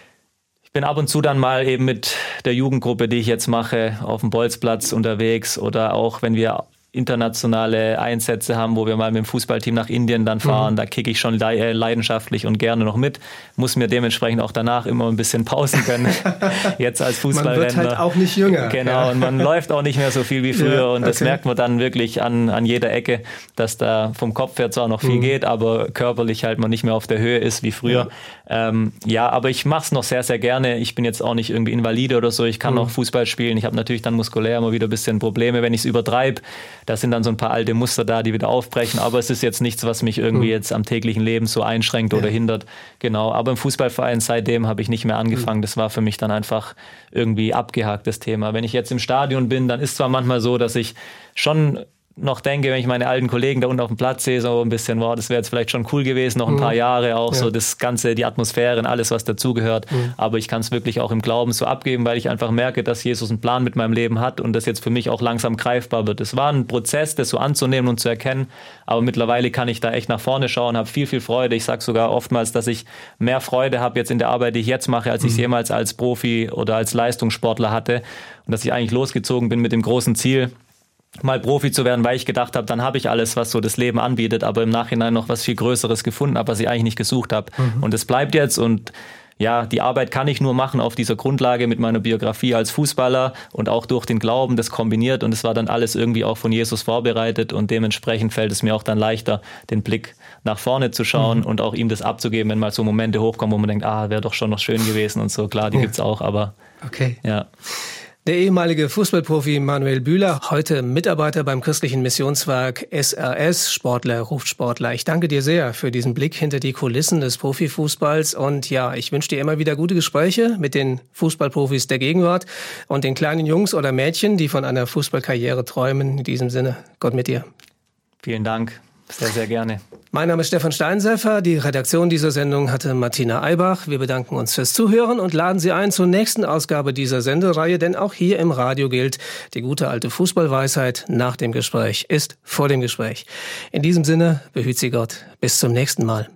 S3: Ich bin ab und zu dann mal eben mit der Jugendgruppe, die ich jetzt mache, auf dem Bolzplatz unterwegs oder auch wenn wir internationale Einsätze haben, wo wir mal mit dem Fußballteam nach Indien dann fahren, mhm. da kicke ich schon leidenschaftlich und gerne noch mit, muss mir dementsprechend auch danach immer ein bisschen pausen können, jetzt als Fußballrentner.
S2: Man wird halt auch nicht jünger.
S3: Genau, ja. und man läuft auch nicht mehr so viel wie früher ja, und das okay. merkt man dann wirklich an, an jeder Ecke, dass da vom Kopf her zwar noch viel mhm. geht, aber körperlich halt man nicht mehr auf der Höhe ist wie früher. Ja, ähm, ja aber ich mache es noch sehr, sehr gerne. Ich bin jetzt auch nicht irgendwie Invalide oder so, ich kann mhm. noch Fußball spielen. Ich habe natürlich dann muskulär immer wieder ein bisschen Probleme, wenn ich es übertreibe. Da sind dann so ein paar alte Muster da, die wieder aufbrechen. Aber es ist jetzt nichts, was mich irgendwie jetzt am täglichen Leben so einschränkt oder ja. hindert. Genau. Aber im Fußballverein seitdem habe ich nicht mehr angefangen. Das war für mich dann einfach irgendwie abgehakt, das Thema. Wenn ich jetzt im Stadion bin, dann ist zwar manchmal so, dass ich schon noch denke, wenn ich meine alten Kollegen da unten auf dem Platz sehe, so ein bisschen, wow, das wäre jetzt vielleicht schon cool gewesen, noch ein mhm. paar Jahre auch ja. so das Ganze, die Atmosphäre und alles, was dazugehört. Mhm. Aber ich kann es wirklich auch im Glauben so abgeben, weil ich einfach merke, dass Jesus einen Plan mit meinem Leben hat und das jetzt für mich auch langsam greifbar wird. Es war ein Prozess, das so anzunehmen und zu erkennen, aber mittlerweile kann ich da echt nach vorne schauen, habe viel, viel Freude. Ich sage sogar oftmals, dass ich mehr Freude habe jetzt in der Arbeit, die ich jetzt mache, als mhm. ich es jemals als Profi oder als Leistungssportler hatte und dass ich eigentlich losgezogen bin mit dem großen Ziel, mal Profi zu werden, weil ich gedacht habe, dann habe ich alles, was so das Leben anbietet, aber im Nachhinein noch was viel Größeres gefunden habe, was ich eigentlich nicht gesucht habe. Mhm. Und es bleibt jetzt und ja, die Arbeit kann ich nur machen auf dieser Grundlage mit meiner Biografie als Fußballer und auch durch den Glauben, das kombiniert und es war dann alles irgendwie auch von Jesus vorbereitet und dementsprechend fällt es mir auch dann leichter, den Blick nach vorne zu schauen mhm. und auch ihm das abzugeben, wenn mal so Momente hochkommen, wo man denkt, ah, wäre doch schon noch schön gewesen und so. Klar, die ja. gibt's auch, aber
S2: okay.
S3: ja.
S2: Der ehemalige Fußballprofi Manuel Bühler, heute Mitarbeiter beim christlichen Missionswerk S R S, Sportler ruft Sportler. Ich danke dir sehr für diesen Blick hinter die Kulissen des Profifußballs und ja, ich wünsche dir immer wieder gute Gespräche mit den Fußballprofis der Gegenwart und den kleinen Jungs oder Mädchen, die von einer Fußballkarriere träumen. In diesem Sinne, Gott mit dir.
S3: Vielen Dank. Sehr, sehr gerne.
S2: Mein Name ist Stefan Steinsäfer. Die Redaktion dieser Sendung hatte Martina Eibach. Wir bedanken uns fürs Zuhören und laden Sie ein zur nächsten Ausgabe dieser Sendereihe, denn auch hier im Radio gilt, die gute alte Fußballweisheit, nach dem Gespräch ist vor dem Gespräch. In diesem Sinne, behüt Sie Gott. Bis zum nächsten Mal.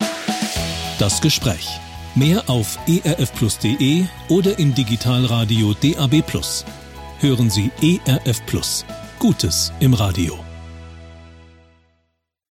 S1: Das Gespräch. Mehr auf e r f plus punkt d e oder im Digitalradio D A B plus. hören Sie E R F Plus. Gutes im Radio.